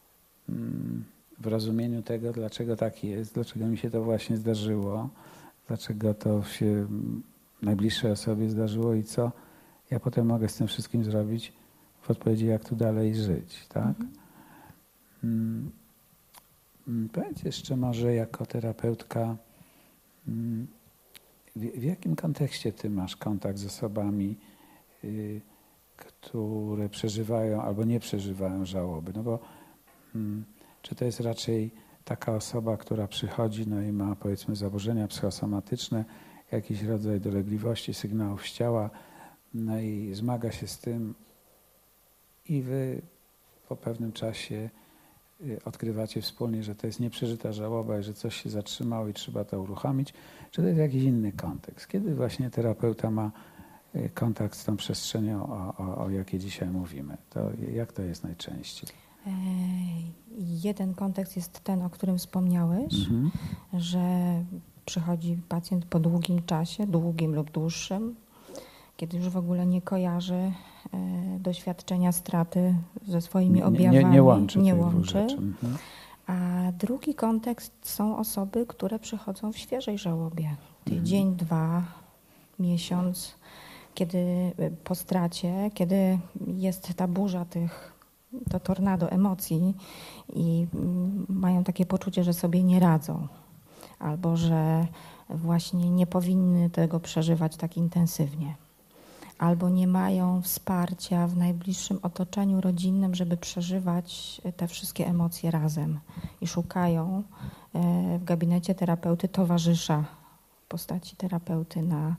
Speaker 1: w rozumieniu tego, dlaczego tak jest, dlaczego mi się to właśnie zdarzyło, dlaczego to się najbliższej osobie zdarzyło i co ja potem mogę z tym wszystkim zrobić w odpowiedzi, jak tu dalej żyć, tak? Powiedz jeszcze może jako terapeutka, w jakim kontekście ty masz kontakt z osobami, które przeżywają albo nie przeżywają żałoby? No bo czy to jest raczej taka osoba, która przychodzi no i ma powiedzmy zaburzenia psychosomatyczne, jakiś rodzaj dolegliwości, sygnałów z ciała, no i zmaga się z tym i wy po pewnym czasie odkrywacie wspólnie, że to jest nieprzeżyta żałoba i że coś się zatrzymało i trzeba to uruchomić, czy to jest jakiś inny kontekst? Kiedy właśnie terapeuta ma kontakt z tą przestrzenią, o jakiej dzisiaj mówimy? To jak to jest najczęściej?
Speaker 2: Jeden kontekst jest ten, o którym wspomniałeś, że przychodzi pacjent po długim czasie, długim lub dłuższym, kiedy już w ogóle nie kojarzy doświadczenia straty ze swoimi objawami.
Speaker 1: Nie łączy.
Speaker 2: A drugi kontekst są osoby, które przychodzą w świeżej żałobie. Tydzień, 2, miesiąc, kiedy po stracie, kiedy jest ta burza to tornado emocji i mają takie poczucie, że sobie nie radzą. Albo że właśnie nie powinny tego przeżywać tak intensywnie. Albo nie mają wsparcia w najbliższym otoczeniu rodzinnym, żeby przeżywać te wszystkie emocje razem. I szukają w gabinecie terapeuty towarzysza w postaci terapeuty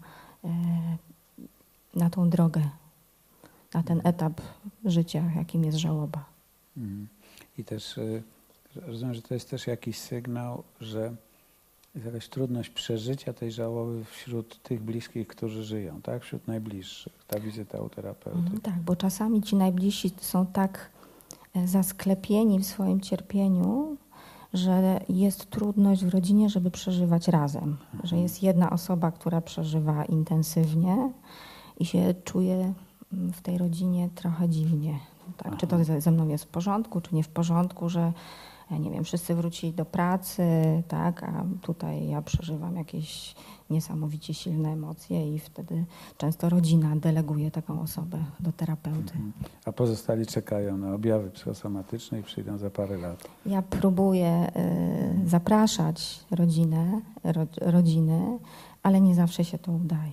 Speaker 2: na tą drogę, na ten etap życia, jakim jest żałoba.
Speaker 1: I też rozumiem, że to jest też jakiś sygnał, że jest jakaś trudność przeżycia tej żałoby wśród tych bliskich, którzy żyją, tak? Wśród najbliższych, ta wizyta u terapeuty.
Speaker 2: Tak, bo czasami ci najbliżsi są tak zasklepieni w swoim cierpieniu, że jest trudność w rodzinie, żeby przeżywać razem. Że jest jedna osoba, która przeżywa intensywnie i się czuje w tej rodzinie trochę dziwnie. Tak? Czy to ze mną jest w porządku, czy nie w porządku, że nie wiem, wszyscy wrócili do pracy, tak, a tutaj ja przeżywam jakieś niesamowicie silne emocje i wtedy często rodzina deleguje taką osobę do terapeuty.
Speaker 1: A pozostali czekają na objawy psychosomatyczne i przyjdą za parę lat.
Speaker 2: Ja próbuję zapraszać rodziny, ale nie zawsze się to udaje.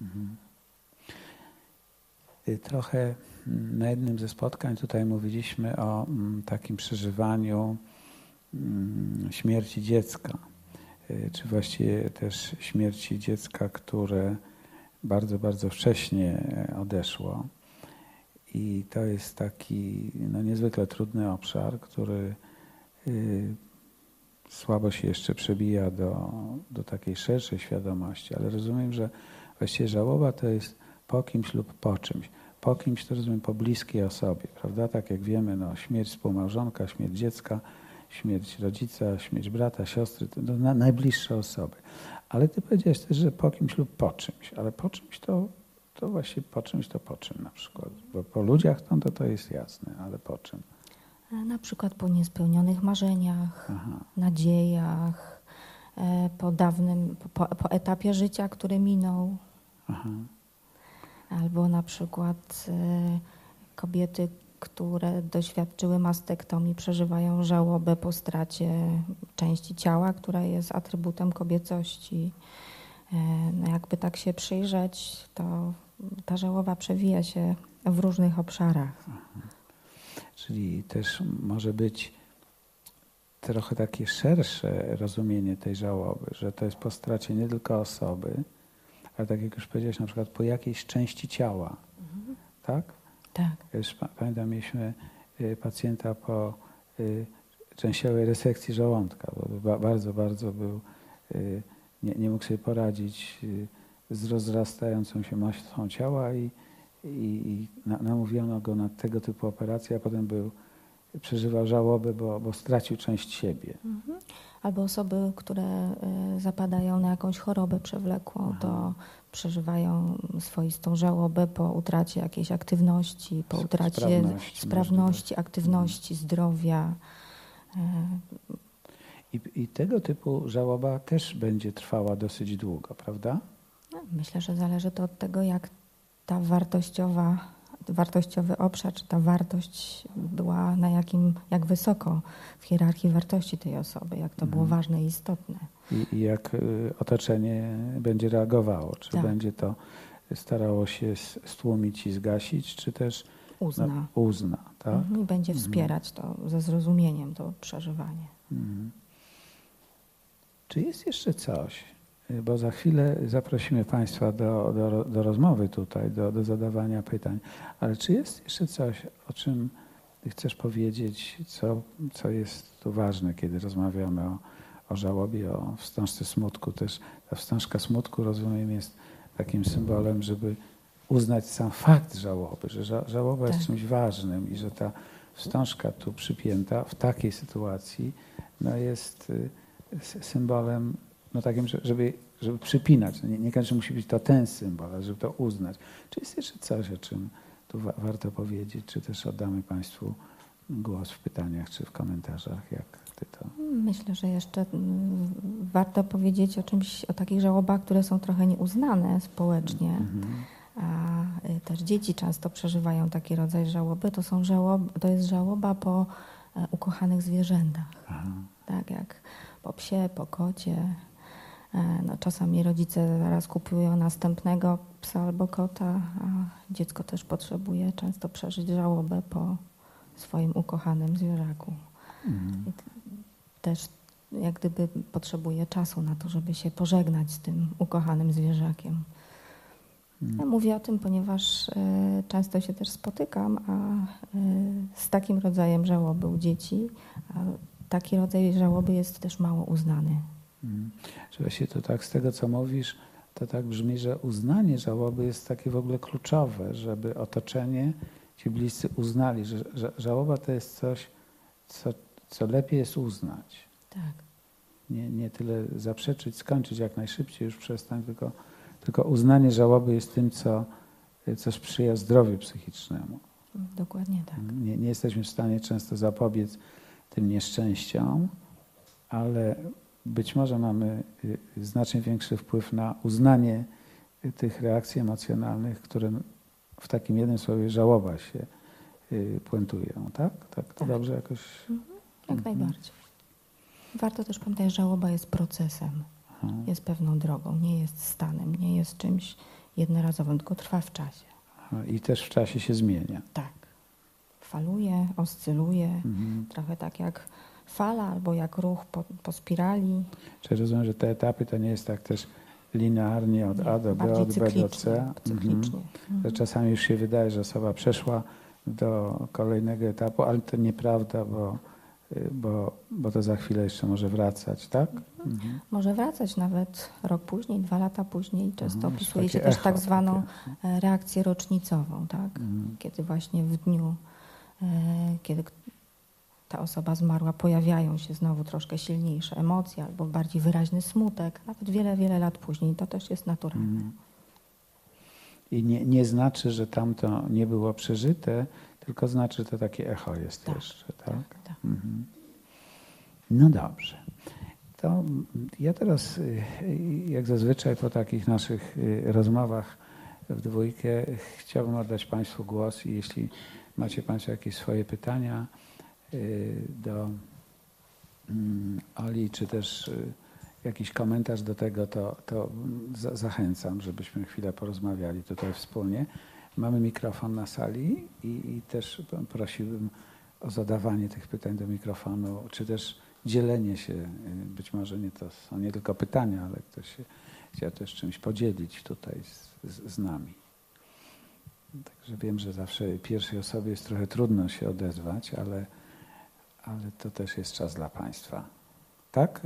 Speaker 1: Trochę na jednym ze spotkań tutaj mówiliśmy o takim przeżywaniu śmierci dziecka, czy właściwie też śmierci dziecka, które bardzo, bardzo wcześnie odeszło. I to jest taki niezwykle trudny obszar, który słabo się jeszcze przebija do takiej szerszej świadomości, ale rozumiem, że właściwie żałoba to jest po kimś lub po czymś. Po kimś to rozumiem po bliskiej osobie, prawda? Tak jak wiemy, śmierć współmałżonka, śmierć dziecka, śmierć rodzica, śmierć brata, siostry, to najbliższe osoby. Ale ty powiedziałeś też, że po kimś lub po czymś, ale po czymś to właśnie po czymś to po czym na przykład? Bo po ludziach to jest jasne, ale po czym?
Speaker 2: Na przykład po niespełnionych marzeniach,
Speaker 1: Aha.
Speaker 2: nadziejach, po etapie życia, który minął.
Speaker 1: Aha.
Speaker 2: Albo na przykład kobiety, które doświadczyły mastektomii, przeżywają żałobę po stracie części ciała, która jest atrybutem kobiecości. No jakby tak się przyjrzeć, to ta żałoba przewija się w różnych obszarach.
Speaker 1: Czyli też może być trochę takie szersze rozumienie tej żałoby, że to jest po stracie nie tylko osoby, ale tak jak już powiedziałeś, na przykład po jakiejś części ciała. Tak?
Speaker 2: Tak.
Speaker 1: Już pamiętam, mieliśmy pacjenta po częściowej resekcji żołądka, bo bardzo był, nie mógł sobie poradzić z rozrastającą się masą ciała i namówiono go na tego typu operację, a potem przeżywał żałobę, bo stracił część siebie.
Speaker 2: Albo osoby, które zapadają na jakąś chorobę przewlekłą, to przeżywają swoistą żałobę po utracie jakiejś aktywności, po utracie sprawności, aktywności, zdrowia.
Speaker 1: I tego typu żałoba też będzie trwała dosyć długo, prawda?
Speaker 2: No, myślę, że zależy to od tego, jak ta wartościowy obszar, czy ta wartość była jak wysoko w hierarchii wartości tej osoby, jak to było ważne i istotne.
Speaker 1: I jak otoczenie będzie reagowało, czy
Speaker 2: Tak.
Speaker 1: będzie to starało się stłumić i zgasić, czy też
Speaker 2: Uzna.
Speaker 1: tak?
Speaker 2: I będzie wspierać to ze zrozumieniem, to przeżywanie.
Speaker 1: Czy jest jeszcze coś, bo za chwilę zaprosimy Państwa do rozmowy tutaj, do zadawania pytań, ale czy jest jeszcze coś, o czym Ty chcesz powiedzieć, co jest tu ważne, kiedy rozmawiamy o żałobie, o wstążce smutku? Też ta wstążka smutku, rozumiem, jest takim symbolem, żeby uznać sam fakt żałoby, że żałoba jest czymś ważnym i że ta wstążka tu przypięta w takiej sytuacji jest symbolem takim, żeby przypinać. Niekoniecznie musi być to ten symbol, ale żeby to uznać. Czy jest jeszcze coś, o czym tu warto powiedzieć, czy też oddamy Państwu głos w pytaniach, czy w komentarzach, jak Ty to...
Speaker 2: Myślę, że jeszcze warto powiedzieć o takich żałobach, które są trochę nieuznane społecznie, a też dzieci często przeżywają taki rodzaj żałoby. To jest żałoba po ukochanych zwierzętach. Tak jak po psie, po kocie. Czasami rodzice zaraz kupują następnego psa albo kota, a dziecko też potrzebuje często przeżyć żałobę po swoim ukochanym zwierzaku. I też jak gdyby potrzebuje czasu na to, żeby się pożegnać z tym ukochanym zwierzakiem. Ja mówię o tym, ponieważ często się też spotykam z takim rodzajem żałoby u dzieci. A taki rodzaj żałoby jest też mało uznany.
Speaker 1: Że właśnie to tak z tego, co mówisz, to tak brzmi, że uznanie żałoby jest takie w ogóle kluczowe, żeby otoczenie, ci bliscy uznali, że żałoba to jest coś, co lepiej jest uznać.
Speaker 2: Tak.
Speaker 1: Nie tyle zaprzeczyć, skończyć jak najszybciej, już przestań, tylko uznanie żałoby jest tym, co sprzyja zdrowiu psychicznemu.
Speaker 2: Dokładnie tak.
Speaker 1: Nie jesteśmy w stanie często zapobiec tym nieszczęściom, ale być może mamy znacznie większy wpływ na uznanie tych reakcji emocjonalnych, które w takim jednym słowie żałoba się puentują. Tak? To dobrze jakoś...
Speaker 2: Jak najbardziej. Warto też pamiętać, że żałoba jest procesem, jest pewną drogą, nie jest stanem, nie jest czymś jednorazowym, tylko trwa w czasie.
Speaker 1: I też w czasie się zmienia.
Speaker 2: Tak. Faluje, oscyluje, trochę tak jak fala albo jak ruch po spirali.
Speaker 1: Czyli rozumiem, że te etapy to nie jest tak też linearnie od A do B, od B do C.
Speaker 2: Cyklicznie.
Speaker 1: Że czasami już się wydaje, że osoba przeszła do kolejnego etapu, ale to nieprawda, bo to za chwilę jeszcze może wracać, tak?
Speaker 2: Może wracać nawet rok później, 2 lata później. Często opisuje się
Speaker 1: takie
Speaker 2: też tak
Speaker 1: echo,
Speaker 2: zwaną reakcję rocznicową, tak? Kiedy właśnie w dniu, kiedy ta osoba zmarła, pojawiają się znowu troszkę silniejsze emocje albo bardziej wyraźny smutek, nawet wiele lat później. To też jest naturalne.
Speaker 1: I nie znaczy, że tamto nie było przeżyte, tylko znaczy, że to takie echo jest
Speaker 2: Tak,
Speaker 1: jeszcze, tak?
Speaker 2: tak.
Speaker 1: Mhm. No dobrze. To ja teraz, jak zazwyczaj po takich naszych rozmowach w dwójkę, chciałbym oddać Państwu głos i jeśli macie Państwo jakieś swoje pytania do Oli, czy też jakiś komentarz do tego, to zachęcam, żebyśmy chwilę porozmawiali tutaj wspólnie. Mamy mikrofon na sali i też prosiłbym o zadawanie tych pytań do mikrofonu, czy też dzielenie się, być może to są nie tylko pytania, ale ktoś się chciał też czymś podzielić tutaj z nami. Także wiem, że zawsze pierwszej osobie jest trochę trudno się odezwać, ale to też jest czas dla Państwa. Tak?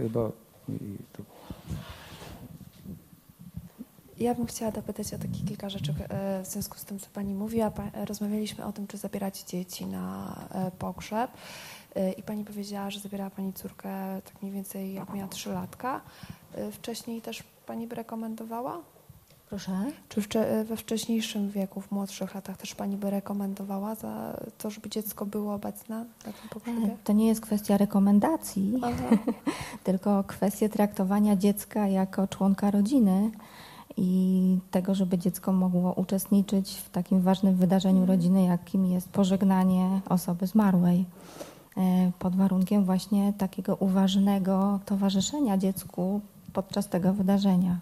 Speaker 3: Ja bym chciała dopytać o takie kilka rzeczy w związku z tym, co Pani mówiła. Rozmawialiśmy o tym, czy zabierać dzieci na pogrzeb i Pani powiedziała, że zabierała Pani córkę tak mniej więcej jak miała 3 latka. Wcześniej też Pani by rekomendowała?
Speaker 2: Proszę?
Speaker 3: Czy we wcześniejszym wieku, w młodszych latach też Pani by rekomendowała za to, żeby dziecko było obecne na tym pogrzebie?
Speaker 2: To nie jest kwestia rekomendacji, tylko kwestia traktowania dziecka jako członka rodziny i tego, żeby dziecko mogło uczestniczyć w takim ważnym wydarzeniu rodziny, jakim jest pożegnanie osoby zmarłej. Pod warunkiem właśnie takiego uważnego towarzyszenia dziecku podczas tego wydarzenia.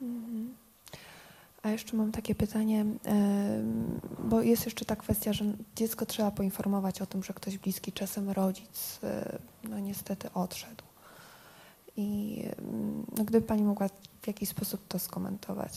Speaker 3: A jeszcze mam takie pytanie, bo jest jeszcze ta kwestia, że dziecko trzeba poinformować o tym, że ktoś bliski, czasem rodzic, no niestety odszedł. I no, gdyby Pani mogła w jakiś sposób to skomentować?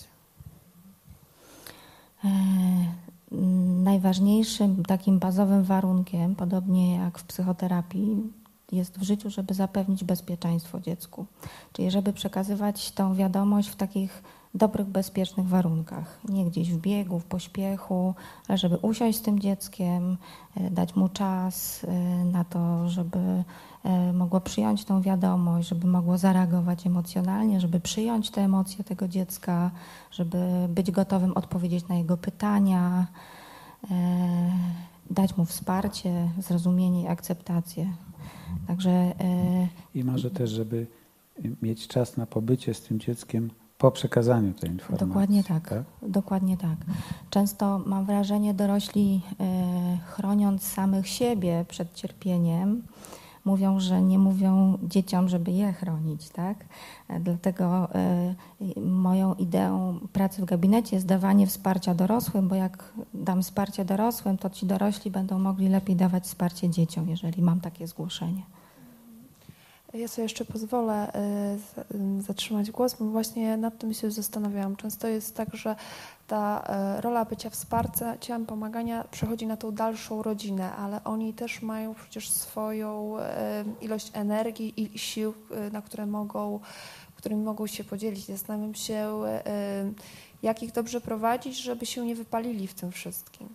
Speaker 2: Najważniejszym takim bazowym warunkiem, podobnie jak w psychoterapii, jest w życiu, żeby zapewnić bezpieczeństwo dziecku. Czyli żeby przekazywać tą wiadomość w takich dobrych, bezpiecznych warunkach. Nie gdzieś w biegu, w pośpiechu, ale żeby usiąść z tym dzieckiem, dać mu czas na to, żeby mogło przyjąć tą wiadomość, żeby mogło zareagować emocjonalnie, żeby przyjąć te emocje tego dziecka, żeby być gotowym odpowiedzieć na jego pytania, dać mu wsparcie, zrozumienie i akceptację. Także,
Speaker 1: I może też, żeby mieć czas na pobycie z tym dzieckiem po przekazaniu tej informacji.
Speaker 2: Dokładnie tak, dokładnie tak. Często mam wrażenie, dorośli chroniąc samych siebie przed cierpieniem, mówią, że nie mówią dzieciom, żeby je chronić, tak? Dlatego moją ideą pracy w gabinecie jest dawanie wsparcia dorosłym, bo jak dam wsparcie dorosłym, to ci dorośli będą mogli lepiej dawać wsparcie dzieciom, jeżeli mam takie zgłoszenie.
Speaker 3: Ja sobie jeszcze pozwolę zatrzymać głos, bo właśnie nad tym się zastanawiałam. Często jest tak, że ta rola bycia wsparciem, pomagania przechodzi na tą dalszą rodzinę, ale oni też mają przecież swoją ilość energii i sił, którymi mogą się podzielić. Zastanawiam się, jak ich dobrze prowadzić, żeby się nie wypalili w tym wszystkim.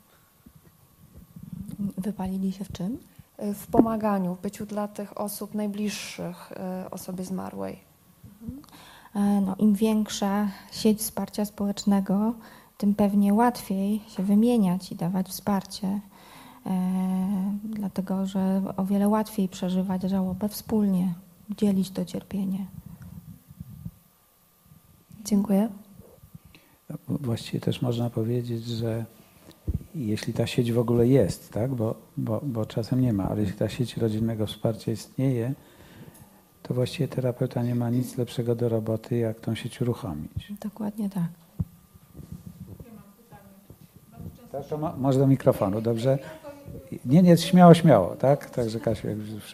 Speaker 2: Wypalili się w czym?
Speaker 3: W pomaganiu, w byciu dla tych osób najbliższych osobie zmarłej.
Speaker 2: No, im większa sieć wsparcia społecznego, tym pewnie łatwiej się wymieniać i dawać wsparcie, dlatego że o wiele łatwiej przeżywać żałobę wspólnie, dzielić to cierpienie.
Speaker 3: Dziękuję.
Speaker 1: Właściwie też można powiedzieć, że jeśli ta sieć w ogóle jest, tak? Bo czasem nie ma, ale jeśli ta sieć rodzinnego wsparcia istnieje, to właściwie terapeuta nie ma nic lepszego do roboty, jak tą sieć uruchomić.
Speaker 2: Dokładnie tak.
Speaker 1: Tak, to może do mikrofonu, dobrze? Nie, śmiało, tak? Także Kasiu, jak już...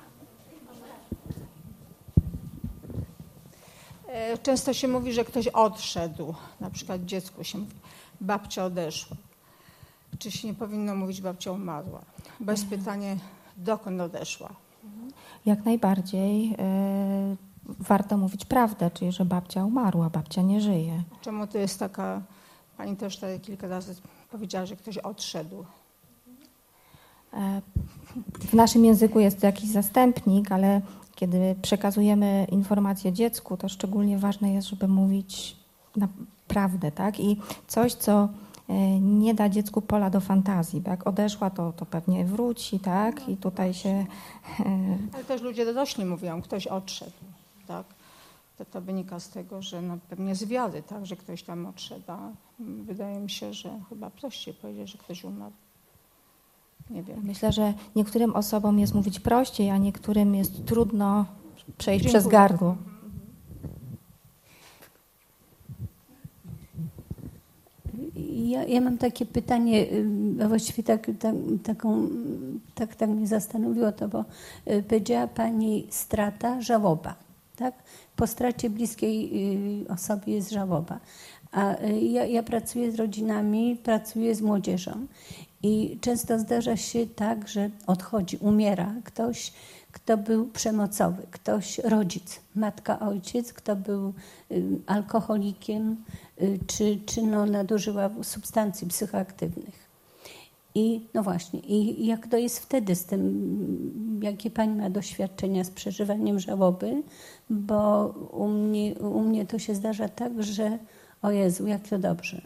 Speaker 4: Często się mówi, że ktoś odszedł, na przykład dziecku się mówi, babcia odeszła. Czy się nie powinno mówić babcia umarła? Bo jest pytanie, dokąd odeszła?
Speaker 2: Jak najbardziej warto mówić prawdę, czyli że babcia umarła, babcia nie żyje.
Speaker 4: Czemu to jest taka, pani też tutaj kilka razy powiedziała, że ktoś odszedł.
Speaker 2: W naszym języku jest to jakiś zastępnik, ale kiedy przekazujemy informację dziecku, to szczególnie ważne jest, żeby mówić prawdę, tak? I coś, co nie da dziecku pola do fantazji, bo jak odeszła, to pewnie wróci, tak? I tutaj się...
Speaker 4: Ale też ludzie dorośli mówią, ktoś odszedł, tak? To wynika z tego, że no pewnie z wiary, tak, że ktoś tam odszedł. A wydaje mi się, że chyba prościej powiedzieć, że ktoś umarł. Nie wiem.
Speaker 2: Myślę, że niektórym osobom jest mówić prościej, a niektórym jest trudno przejść
Speaker 4: Dziękuję.
Speaker 2: przez gardło.
Speaker 5: Ja mam takie pytanie, a właściwie tak mnie zastanowiło to, bo powiedziała Pani strata, żałoba, tak? Po stracie bliskiej osoby jest żałoba. A ja pracuję z rodzinami, pracuję z młodzieżą i często zdarza się tak, że odchodzi, umiera ktoś, kto był przemocowy, ktoś, rodzic, matka, ojciec, kto był alkoholikiem, czy nadużyła substancji psychoaktywnych. I no właśnie, i jak to jest wtedy z tym, jakie Pani ma doświadczenia z przeżywaniem żałoby, bo u mnie to się zdarza tak, że o Jezu, jak to dobrze.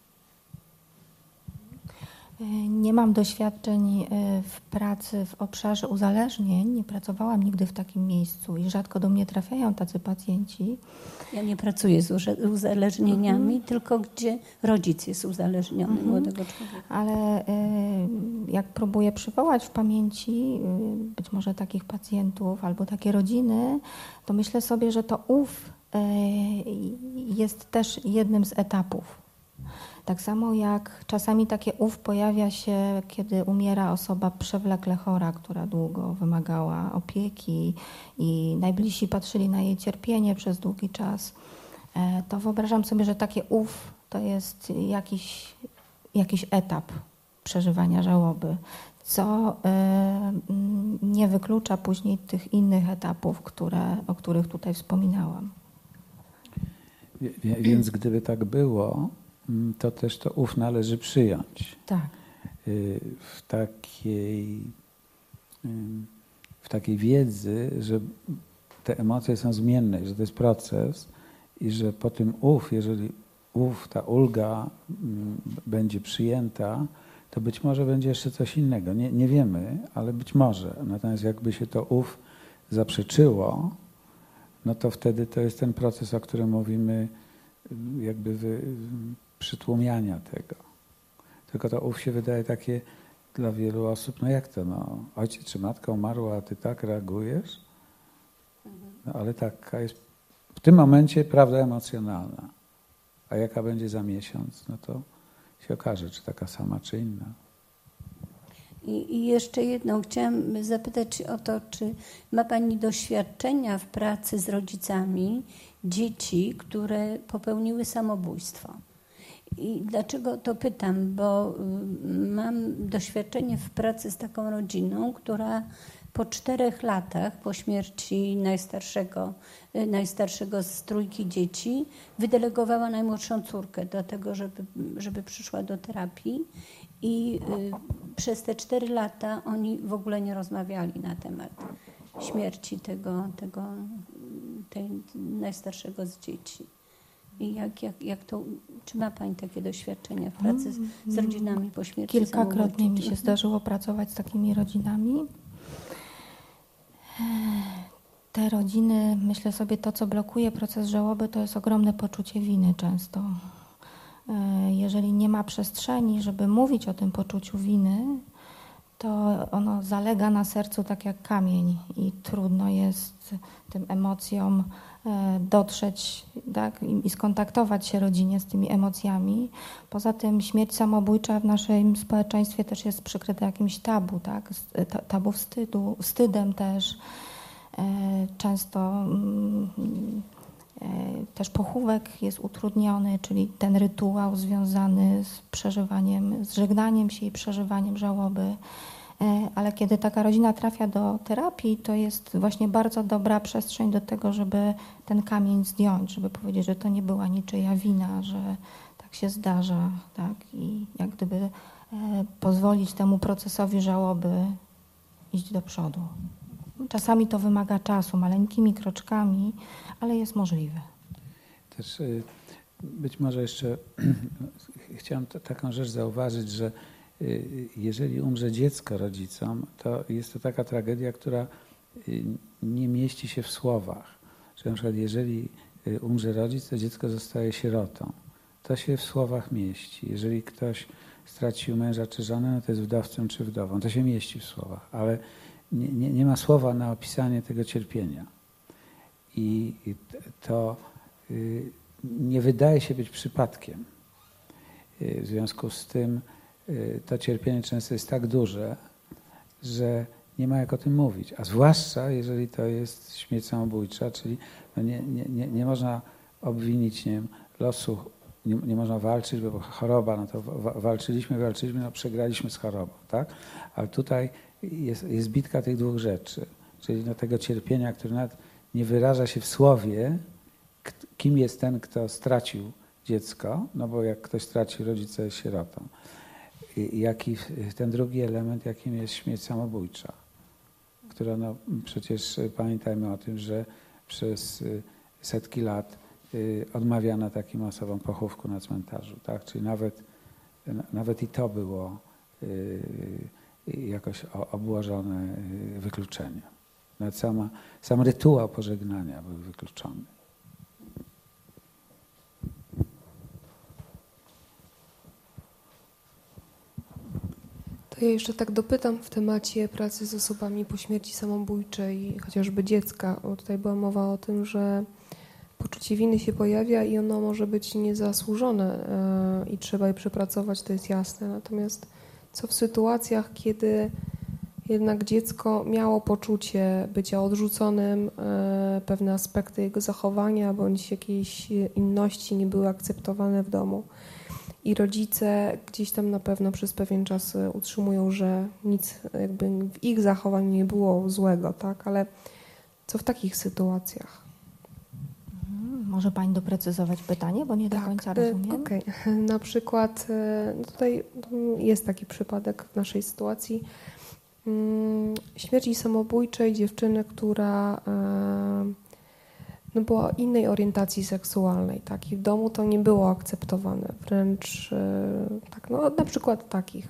Speaker 2: Nie mam doświadczeń w pracy w obszarze uzależnień, nie pracowałam nigdy w takim miejscu i rzadko do mnie trafiają tacy pacjenci.
Speaker 5: Ja nie pracuję z uzależnieniami, tylko gdzie rodzic jest uzależniony młodego człowieka.
Speaker 2: Ale jak próbuję przywołać w pamięci być może takich pacjentów albo takie rodziny, to myślę sobie, że to jest też jednym z etapów. Tak samo jak czasami takie pojawia się, kiedy umiera osoba przewlekle chora, która długo wymagała opieki i najbliżsi patrzyli na jej cierpienie przez długi czas, to wyobrażam sobie, że takie to jest jakiś etap przeżywania żałoby, co nie wyklucza później tych innych etapów, o których tutaj wspominałam.
Speaker 1: Więc gdyby tak było, to też to należy przyjąć.
Speaker 2: Tak.
Speaker 1: W takiej wiedzy, że te emocje są zmienne, że to jest proces i że po tym jeżeli ta ulga będzie przyjęta, to być może będzie jeszcze coś innego. Nie wiemy, ale być może. Natomiast jakby się to zaprzeczyło, no to wtedy to jest ten proces, o którym mówimy, jakby przytłumiania tego. Tylko to się wydaje takie dla wielu osób, no jak to, ojciec czy matka umarła, a ty tak reagujesz? No ale taka jest w tym momencie prawda emocjonalna. A jaka będzie za miesiąc, no to się okaże, czy taka sama, czy inna.
Speaker 5: I jeszcze jedną, chciałam zapytać o to, czy ma Pani doświadczenia w pracy z rodzicami dzieci, które popełniły samobójstwo? I dlaczego to pytam? Bo mam doświadczenie w pracy z taką rodziną, która po 4 latach, po śmierci najstarszego z 3 dzieci, wydelegowała najmłodszą córkę do tego, żeby przyszła do terapii. I przez te 4 lata oni w ogóle nie rozmawiali na temat śmierci tej najstarszego z dzieci. I czy ma Pani takie doświadczenia w pracy z rodzinami po śmierci?
Speaker 2: Kilkakrotnie mi się zdarzyło pracować z takimi rodzinami. Te rodziny, myślę sobie, to co blokuje proces żałoby, to jest ogromne poczucie winy często. Jeżeli nie ma przestrzeni, żeby mówić o tym poczuciu winy, to ono zalega na sercu tak jak kamień i trudno jest tym emocjom dotrzeć, tak, i skontaktować się rodzinie z tymi emocjami. Poza tym śmierć samobójcza w naszym społeczeństwie też jest przykryta jakimś tabu, tak? Tabu wstydem też. Często też pochówek jest utrudniony, czyli ten rytuał związany z przeżywaniem, z żegnaniem się i przeżywaniem żałoby. Ale kiedy taka rodzina trafia do terapii, to jest właśnie bardzo dobra przestrzeń do tego, żeby ten kamień zdjąć, żeby powiedzieć, że to nie była niczyja wina, że tak się zdarza, tak? I jak gdyby pozwolić temu procesowi żałoby iść do przodu. Czasami to wymaga czasu, maleńkimi kroczkami, ale jest możliwe.
Speaker 1: Też być może jeszcze chciałem taką rzecz zauważyć, że jeżeli umrze dziecko rodzicom, to jest to taka tragedia, która nie mieści się w słowach. Że na przykład jeżeli umrze rodzic, to dziecko zostaje sierotą. To się w słowach mieści. Jeżeli ktoś stracił męża czy żonę, no to jest wdowcem czy wdową. To się mieści w słowach, ale nie ma słowa na opisanie tego cierpienia. I to nie wydaje się być przypadkiem. W związku z tym to cierpienie często jest tak duże, że nie ma jak o tym mówić. A zwłaszcza, jeżeli to jest śmierć samobójcza, czyli no nie można obwinić, nie wiem, losu, nie można walczyć, bo choroba, no to walczyliśmy, no przegraliśmy z chorobą, tak? Ale tutaj jest bitka tych dwóch rzeczy, czyli no tego cierpienia, które nawet nie wyraża się w słowie, kim jest ten, kto stracił dziecko, no bo jak ktoś stracił rodzica, jest sierotą. Jaki ten drugi element, jakim jest śmierć samobójcza, która no przecież pamiętajmy o tym, że przez setki lat odmawiano takim osobom pochówku na cmentarzu, tak? Czyli nawet i to było jakoś obłożone wykluczeniem. Nawet sam rytuał pożegnania był wykluczony.
Speaker 6: To ja jeszcze tak dopytam w temacie pracy z osobami po śmierci samobójczej, chociażby dziecka, bo tutaj była mowa o tym, że poczucie winy się pojawia i ono może być niezasłużone i trzeba je przepracować, to jest jasne. Natomiast co w sytuacjach, kiedy jednak dziecko miało poczucie bycia odrzuconym, pewne aspekty jego zachowania bądź jakiejś inności nie były akceptowane w domu i rodzice gdzieś tam na pewno przez pewien czas utrzymują, że nic jakby w ich zachowaniu nie było złego, tak? Ale co w takich sytuacjach?
Speaker 2: Może Pani doprecyzować pytanie, bo nie do końca rozumiem.
Speaker 6: Okej. Na przykład tutaj jest taki przypadek w naszej sytuacji śmierci samobójczej dziewczyny, która no była innej orientacji seksualnej, tak? I w domu to nie było akceptowane, wręcz tak, no na przykład takich.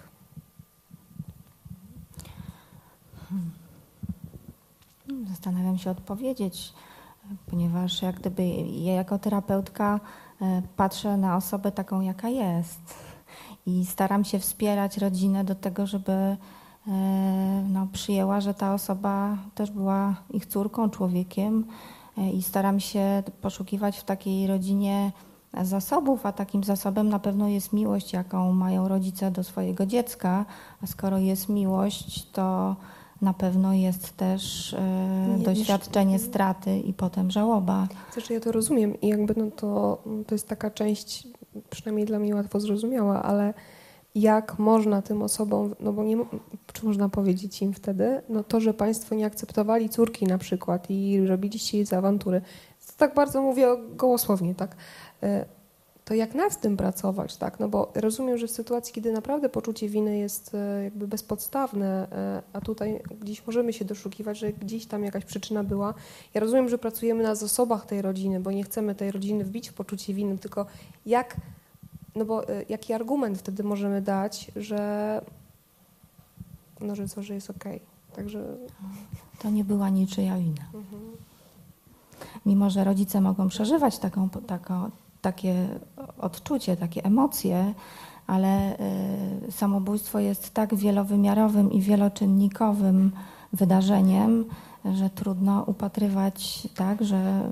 Speaker 2: Zastanawiam się odpowiedzieć, ponieważ jak gdyby ja jako terapeutka patrzę na osobę taką, jaka jest i staram się wspierać rodzinę do tego, żeby no, przyjęła, że ta osoba też była ich córką, człowiekiem i staram się poszukiwać w takiej rodzinie zasobów, a takim zasobem na pewno jest miłość, jaką mają rodzice do swojego dziecka, a skoro jest miłość, to na pewno jest też doświadczenie straty i potem żałoba.
Speaker 6: Znaczy ja to rozumiem i jakby no to jest taka część, przynajmniej dla mnie łatwo zrozumiała, ale jak można tym osobom, no bo nie, czy można powiedzieć im wtedy, no to, że państwo nie akceptowali córki na przykład i robiliście jej za awantury, to tak bardzo mówię gołosłownie, tak, to jak nad tym pracować, tak, no bo rozumiem, że w sytuacji, kiedy naprawdę poczucie winy jest jakby bezpodstawne, a tutaj gdzieś możemy się doszukiwać, że gdzieś tam jakaś przyczyna była. Ja rozumiem, że pracujemy na zasobach tej rodziny, bo nie chcemy tej rodziny wbić w poczucie winy, tylko jak, no bo jaki argument wtedy możemy dać, że no, że jest okej. Także
Speaker 2: To nie była niczyja wina. Mimo że rodzice mogą przeżywać takie odczucie, takie emocje, ale samobójstwo jest tak wielowymiarowym i wieloczynnikowym wydarzeniem, że trudno upatrywać tak, że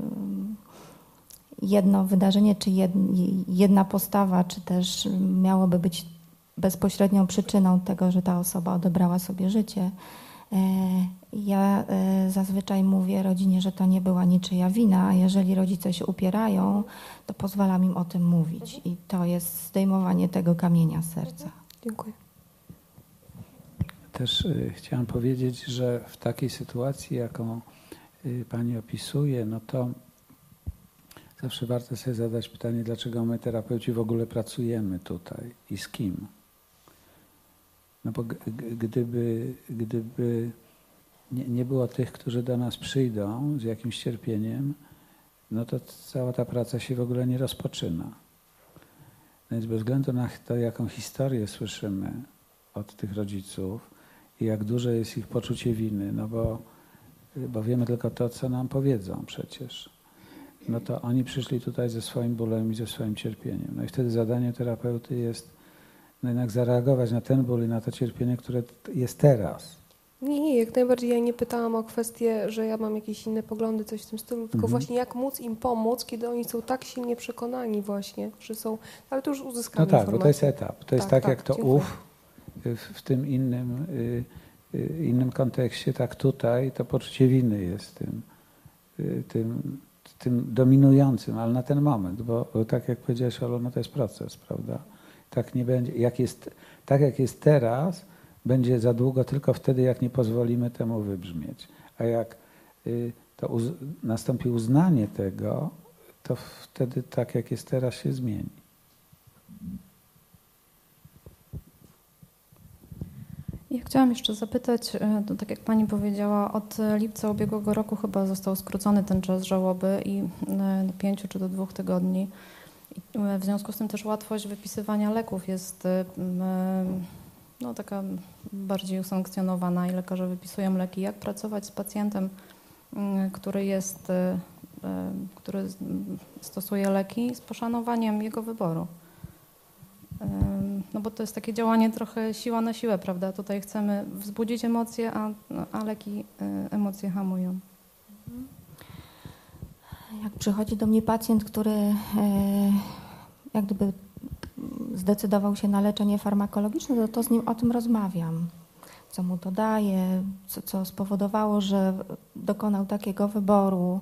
Speaker 2: jedno wydarzenie, czy jedna postawa, czy też miałoby być bezpośrednią przyczyną tego, że ta osoba odebrała sobie życie. Ja zazwyczaj mówię rodzinie, że to nie była niczyja wina, a jeżeli rodzice się upierają, to pozwalam im o tym mówić. I to jest zdejmowanie tego kamienia z serca.
Speaker 6: dziękuję.
Speaker 1: Też chciałam powiedzieć, że w takiej sytuacji, jaką Pani opisuje, no to zawsze warto sobie zadać pytanie, dlaczego my, terapeuci, w ogóle pracujemy tutaj i z kim. No bo gdyby nie było tych, którzy do nas przyjdą z jakimś cierpieniem, no to cała ta praca się w ogóle nie rozpoczyna. Więc bez względu na to, jaką historię słyszymy od tych rodziców i jak duże jest ich poczucie winy, no bo wiemy tylko to, co nam powiedzą przecież, no to oni przyszli tutaj ze swoim bólem i ze swoim cierpieniem. No i wtedy zadaniem terapeuty jest no jednak zareagować na ten ból i na to cierpienie, które jest teraz.
Speaker 6: Nie, jak najbardziej. Ja nie pytałam o kwestię, że ja mam jakieś inne poglądy, coś w tym stylu, tylko właśnie jak móc im pomóc, kiedy oni są tak silnie przekonani właśnie, że są, ale to już uzyskamy
Speaker 1: No tak, bo to jest etap. To jest tak jak to
Speaker 6: dziękuję.
Speaker 1: w tym innym kontekście, tak tutaj to poczucie winy jest tym dominującym, ale na ten moment, bo tak jak powiedziałeś, Olu, no to jest proces, prawda? Tak nie będzie, tak jak jest teraz, będzie za długo tylko wtedy, jak nie pozwolimy temu wybrzmieć. A jak nastąpi uznanie tego, to wtedy tak jak jest teraz się zmieni.
Speaker 7: Ja chciałam jeszcze zapytać, to tak jak Pani powiedziała, od lipca ubiegłego roku chyba został skrócony ten czas żałoby i do 5 czy do 2 tygodni. W związku z tym też łatwość wypisywania leków jest no, taka bardziej usankcjonowana i lekarze wypisują leki. Jak pracować z pacjentem, który stosuje leki z poszanowaniem jego wyboru? No bo to jest takie działanie trochę siła na siłę, prawda? Tutaj chcemy wzbudzić emocje, a leki emocje hamują.
Speaker 2: Jak przychodzi do mnie pacjent, który jak gdyby zdecydował się na leczenie farmakologiczne, to z nim o tym rozmawiam. Co mu to daje, co spowodowało, że dokonał takiego wyboru.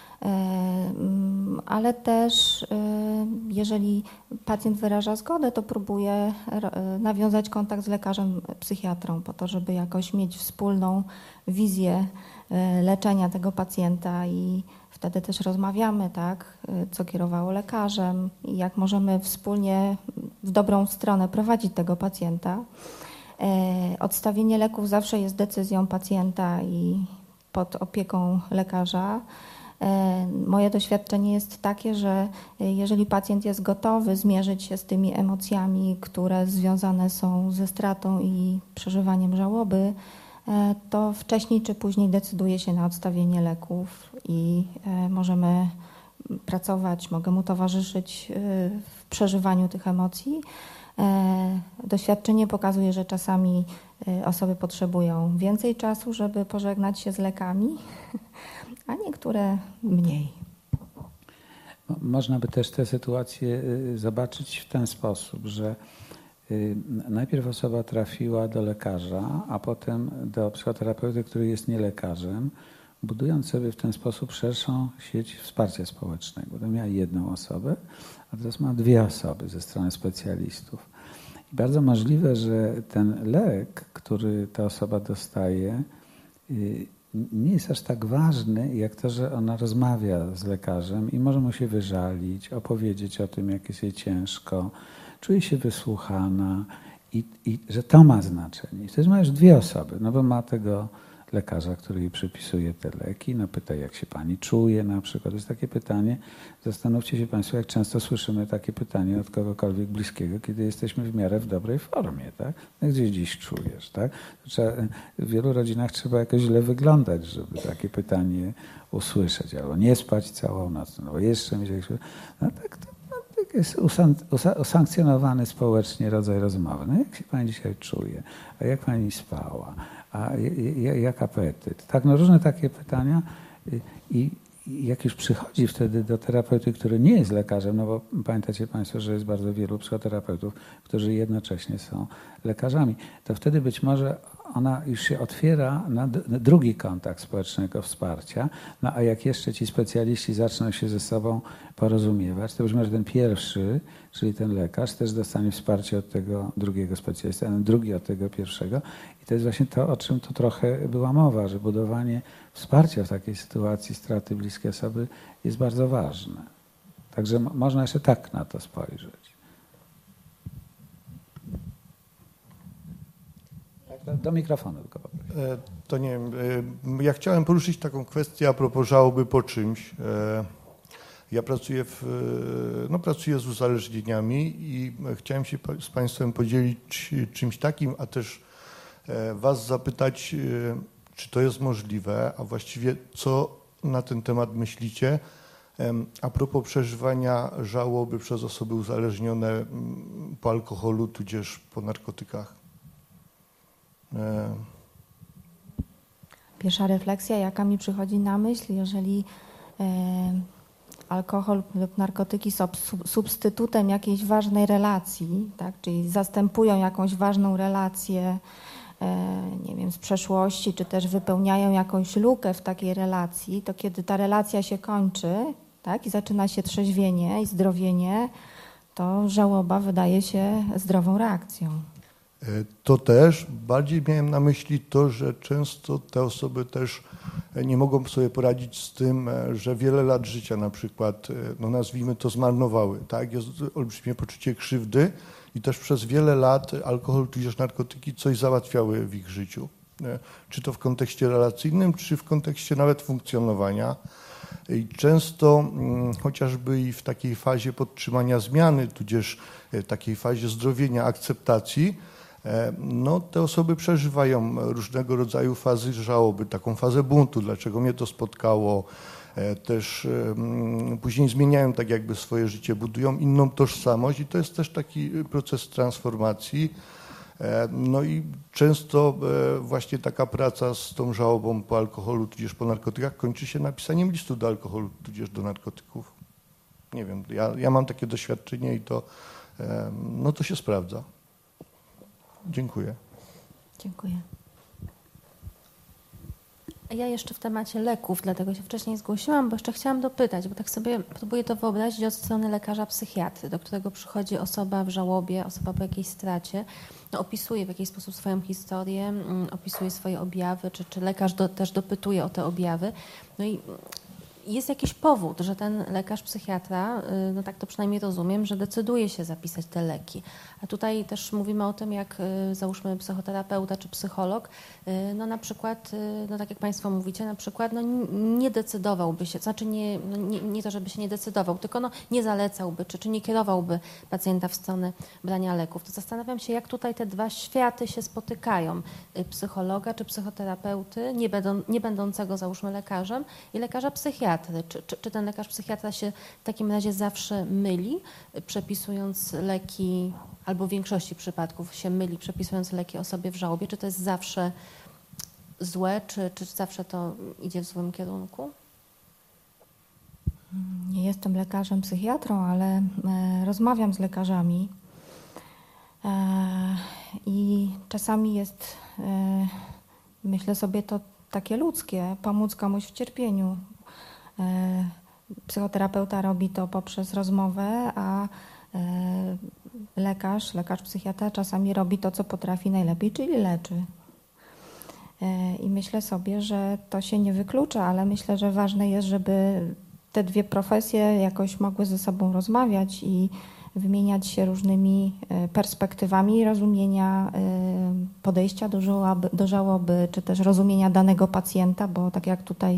Speaker 2: Ale też jeżeli pacjent wyraża zgodę, to próbuję nawiązać kontakt z lekarzem psychiatrą po to, żeby jakoś mieć wspólną wizję leczenia tego pacjenta i wtedy też rozmawiamy, tak, co kierowało lekarzem i jak możemy wspólnie w dobrą stronę prowadzić tego pacjenta. Odstawienie leków zawsze jest decyzją pacjenta i pod opieką lekarza. Moje doświadczenie jest takie, że jeżeli pacjent jest gotowy zmierzyć się z tymi emocjami, które związane są ze stratą i przeżywaniem żałoby, to wcześniej czy później decyduje się na odstawienie leków i możemy pracować, mogę mu towarzyszyć w przeżywaniu tych emocji. Doświadczenie pokazuje, że czasami osoby potrzebują więcej czasu, żeby pożegnać się z lekami, a niektóre mniej.
Speaker 1: Można by też tę sytuację zobaczyć w ten sposób, że najpierw osoba trafiła do lekarza, a potem do psychoterapeuty, który jest nie lekarzem, budując sobie w ten sposób szerszą sieć wsparcia społecznego. To miała jedną osobę, a teraz ma 2 osoby ze strony specjalistów. I bardzo możliwe, że ten lek, który ta osoba dostaje, nie jest aż tak ważny, jak to, że ona rozmawia z lekarzem i może mu się wyżalić, opowiedzieć o tym, jak jest jej ciężko, czuje się wysłuchana i że to ma znaczenie. I wtedy ma już 2 osoby, no bo ma tego lekarza, który jej przypisuje te leki, no pyta, jak się pani czuje na przykład. To jest takie pytanie, zastanówcie się państwo, jak często słyszymy takie pytanie od kogokolwiek bliskiego, kiedy jesteśmy w miarę w dobrej formie, tak? Jak gdzieś dziś czujesz, tak? W wielu rodzinach trzeba jakoś źle wyglądać, żeby takie pytanie usłyszeć, albo nie spać całą noc, no jeszcze mieć jakieś... No tak to jest usankcjonowany społecznie rodzaj rozmowy. No jak się pani dzisiaj czuje? A jak pani spała? A jak apetyt? Tak, no różne takie pytania i jak już przychodzi wtedy do terapeuty, który nie jest lekarzem, no bo pamiętacie państwo, że jest bardzo wielu psychoterapeutów, którzy jednocześnie są lekarzami, to wtedy być może ona już się otwiera na drugi kontakt społecznego wsparcia, no a jak jeszcze ci specjaliści zaczną się ze sobą porozumiewać, to być może ten pierwszy, czyli ten lekarz, też dostanie wsparcie od tego drugiego specjalisty, a ten drugi od tego pierwszego. I to jest właśnie to, o czym tu trochę była mowa, że budowanie wsparcia w takiej sytuacji straty bliskiej osoby jest bardzo ważne. Także można jeszcze tak na to spojrzeć. Do mikrofonu tylko poproszę.
Speaker 8: To nie wiem, ja chciałem poruszyć taką kwestię a propos żałoby po czymś. Ja pracuję z uzależnieniami i chciałem się z Państwem podzielić czymś takim, a też Was zapytać, czy to jest możliwe, a właściwie co na ten temat myślicie a propos przeżywania żałoby przez osoby uzależnione po alkoholu, tudzież po narkotykach.
Speaker 2: Pierwsza refleksja, jaka mi przychodzi na myśl, jeżeli alkohol lub narkotyki są substytutem jakiejś ważnej relacji, tak, czyli zastępują jakąś ważną relację, nie wiem, z przeszłości, czy też wypełniają jakąś lukę w takiej relacji, to kiedy ta relacja się kończy, tak, i zaczyna się trzeźwienie i zdrowienie, to żałoba wydaje się zdrową reakcją.
Speaker 8: To też. Bardziej miałem na myśli to, że często te osoby też nie mogą sobie poradzić z tym, że wiele lat życia na przykład, no nazwijmy to, zmarnowały. Tak? Jest olbrzymie poczucie krzywdy i też przez wiele lat alkohol tudzież narkotyki coś załatwiały w ich życiu. Czy to w kontekście relacyjnym, czy w kontekście nawet funkcjonowania. I często chociażby i w takiej fazie podtrzymania zmiany, tudzież takiej fazie zdrowienia, akceptacji, no, te osoby przeżywają różnego rodzaju fazy żałoby, taką fazę buntu, dlaczego mnie to spotkało. Też później zmieniają tak jakby swoje życie, budują inną tożsamość i to jest też taki proces transformacji. No i często właśnie taka praca z tą żałobą po alkoholu, tudzież po narkotykach kończy się napisaniem listu do alkoholu, tudzież do narkotyków. Nie wiem, ja mam takie doświadczenie i to, no to się sprawdza. Dziękuję.
Speaker 2: Dziękuję.
Speaker 9: Ja jeszcze w temacie leków, dlatego się wcześniej zgłosiłam, bo jeszcze chciałam dopytać, bo tak sobie próbuję to wyobrazić od strony lekarza psychiatry, do którego przychodzi osoba w żałobie, osoba po jakiejś stracie, no, opisuje w jakiś sposób swoją historię, opisuje swoje objawy, czy lekarz też dopytuje o te objawy. No i jest jakiś powód, że ten lekarz psychiatra, no tak to przynajmniej rozumiem, że decyduje się zapisać te leki. A tutaj też mówimy o tym, jak załóżmy psychoterapeuta czy psycholog, no na przykład, no tak jak Państwo mówicie, na przykład no nie decydowałby się, znaczy nie to, żeby się nie decydował, tylko no nie zalecałby, czy nie kierowałby pacjenta w stronę brania leków. To zastanawiam się, jak tutaj te dwa światy się spotykają. Psychologa czy psychoterapeuty, nie będącego załóżmy lekarzem i lekarza psychiatry. Czy ten lekarz psychiatra się w takim razie zawsze myli, przepisując leki, albo w większości przypadków się myli, przepisując leki osobie w żałobie? Czy to jest zawsze złe, czy zawsze to idzie w złym kierunku?
Speaker 2: Nie jestem lekarzem psychiatrą, ale rozmawiam z lekarzami i czasami jest, myślę sobie, to takie ludzkie, pomóc komuś w cierpieniu. Psychoterapeuta robi to poprzez rozmowę, a lekarz psychiatra czasami robi to, co potrafi najlepiej, czyli leczy. I myślę sobie, że to się nie wyklucza, ale myślę, że ważne jest, żeby te dwie profesje jakoś mogły ze sobą rozmawiać i wymieniać się różnymi perspektywami rozumienia podejścia do żałoby, czy też rozumienia danego pacjenta, bo tak jak tutaj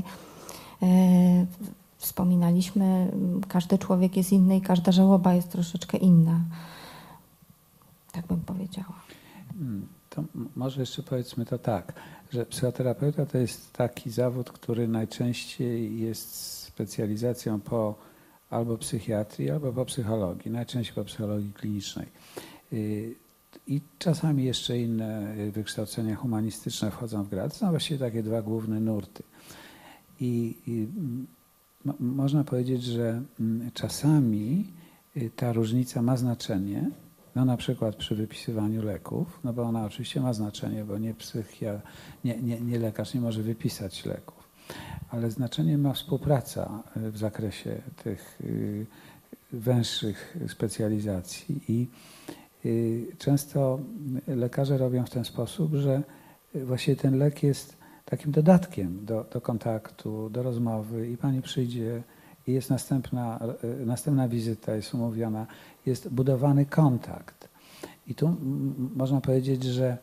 Speaker 2: wspominaliśmy, każdy człowiek jest inny i każda żałoba jest troszeczkę inna. Tak bym powiedziała.
Speaker 1: To może jeszcze powiedzmy to tak, że psychoterapeuta to jest taki zawód, który najczęściej jest specjalizacją po albo psychiatrii, albo po psychologii, najczęściej po psychologii klinicznej. I czasami jeszcze inne wykształcenia humanistyczne wchodzą w grę. To są właściwie takie dwa główne nurty. I można powiedzieć, że czasami ta różnica ma znaczenie, no na przykład przy wypisywaniu leków, no bo ona oczywiście ma znaczenie, bo nie lekarz nie może wypisać leków, ale znaczenie ma współpraca w zakresie tych węższych specjalizacji i często lekarze robią w ten sposób, że właściwie ten lek jest takim dodatkiem do kontaktu, do rozmowy i pani przyjdzie i jest następna wizyta, jest umówiona, jest budowany kontakt. I tu można powiedzieć, że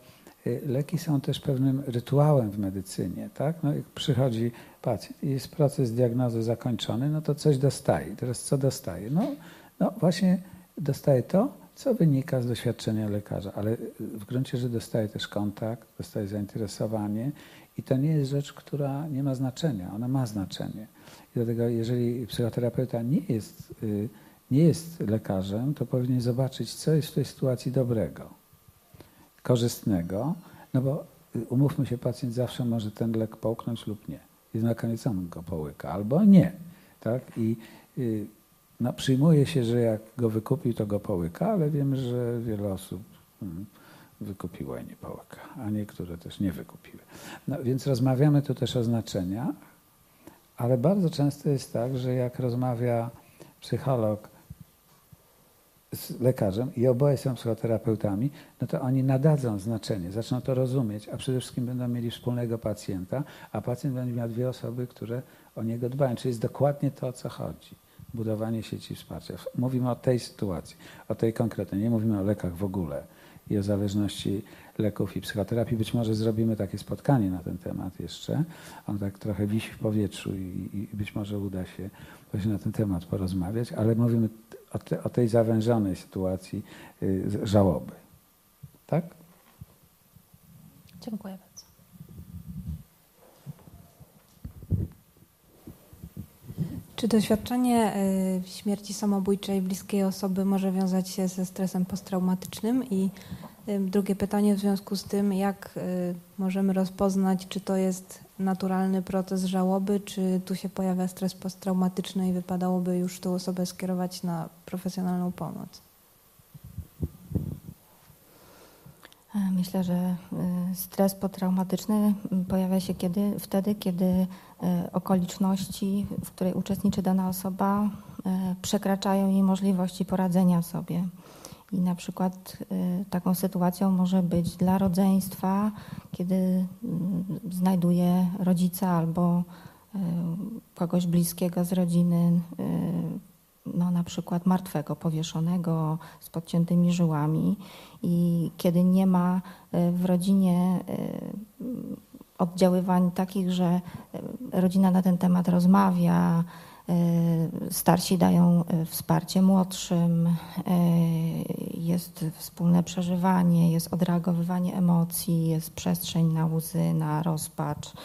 Speaker 1: leki są też pewnym rytuałem w medycynie. Tak? No, jak przychodzi pacjent i jest proces diagnozy zakończony, no to coś dostaje. Teraz co dostaje? No właśnie dostaje to, co wynika z doświadczenia lekarza, ale w gruncie rzeczy dostaje też kontakt, dostaje zainteresowanie i to nie jest rzecz, która nie ma znaczenia. Ona ma znaczenie. I dlatego jeżeli psychoterapeuta nie jest lekarzem, to powinien zobaczyć, co jest w tej sytuacji dobrego, korzystnego, no bo umówmy się, pacjent zawsze może ten lek połknąć lub nie. I na koniec on go połyka, albo nie. Tak? I no, przyjmuje się, że jak go wykupił, to go połyka, ale wiemy, że wiele osób wykupiło i nie połyka, a niektóre też nie wykupiły. No, więc rozmawiamy tu też o znaczeniach, ale bardzo często jest tak, że jak rozmawia psycholog z lekarzem i oboje są psychoterapeutami, no to oni nadadzą znaczenie, zaczną to rozumieć, a przede wszystkim będą mieli wspólnego pacjenta, a pacjent będzie miał dwie osoby, które o niego dbają. Czyli jest dokładnie to, o co chodzi. Budowanie sieci wsparcia. Mówimy o tej sytuacji, o tej konkretnej. Nie mówimy o lekach w ogóle i o zależności leków i psychoterapii. Być może zrobimy takie spotkanie na ten temat jeszcze. On tak trochę wisi w powietrzu i być może uda się właśnie na ten temat porozmawiać, ale mówimy o tej zawężonej sytuacji żałoby. Tak?
Speaker 9: Dziękuję bardzo.
Speaker 10: Czy doświadczenie śmierci samobójczej bliskiej osoby może wiązać się ze stresem posttraumatycznym? I drugie pytanie w związku z tym, jak możemy rozpoznać, czy to jest naturalny proces żałoby, czy tu się pojawia stres posttraumatyczny i wypadałoby już tę osobę skierować na profesjonalną pomoc?
Speaker 2: Myślę, że stres posttraumatyczny pojawia się wtedy, kiedy okoliczności, w której uczestniczy dana osoba, przekraczają jej możliwości poradzenia sobie. I na przykład taką sytuacją może być dla rodzeństwa, kiedy znajduje rodzica albo kogoś bliskiego z rodziny, no na przykład martwego, powieszonego, z podciętymi żyłami i kiedy nie ma w rodzinie oddziaływań takich, że rodzina na ten temat rozmawia, starsi dają wsparcie młodszym, jest wspólne przeżywanie, jest odreagowywanie emocji, jest przestrzeń na łzy, na rozpacz,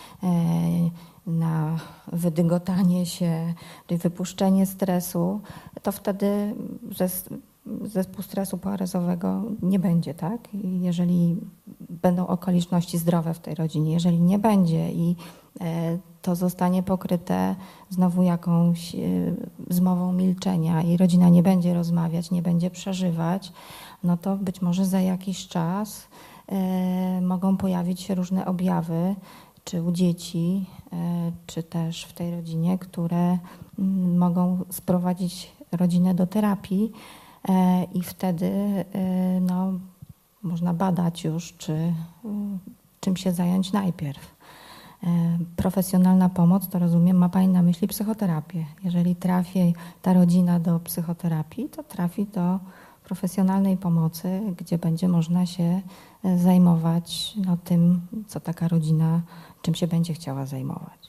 Speaker 2: na wydygotanie się, czyli wypuszczenie stresu, to wtedy zespół stresu poaryzowego nie będzie, tak? Jeżeli będą okoliczności zdrowe w tej rodzinie, jeżeli nie będzie i to zostanie pokryte znowu jakąś zmową milczenia i rodzina nie będzie rozmawiać, nie będzie przeżywać, no to być może za jakiś czas mogą pojawić się różne objawy, czy u dzieci, czy też w tej rodzinie, które mogą sprowadzić rodzinę do terapii i wtedy no, można badać już, czym się zająć najpierw. Profesjonalna pomoc, to rozumiem, ma Pani na myśli psychoterapię. Jeżeli trafi ta rodzina do psychoterapii, to trafi do profesjonalnej pomocy, gdzie będzie można się zajmować tym, co taka rodzina, czym się będzie chciała zajmować.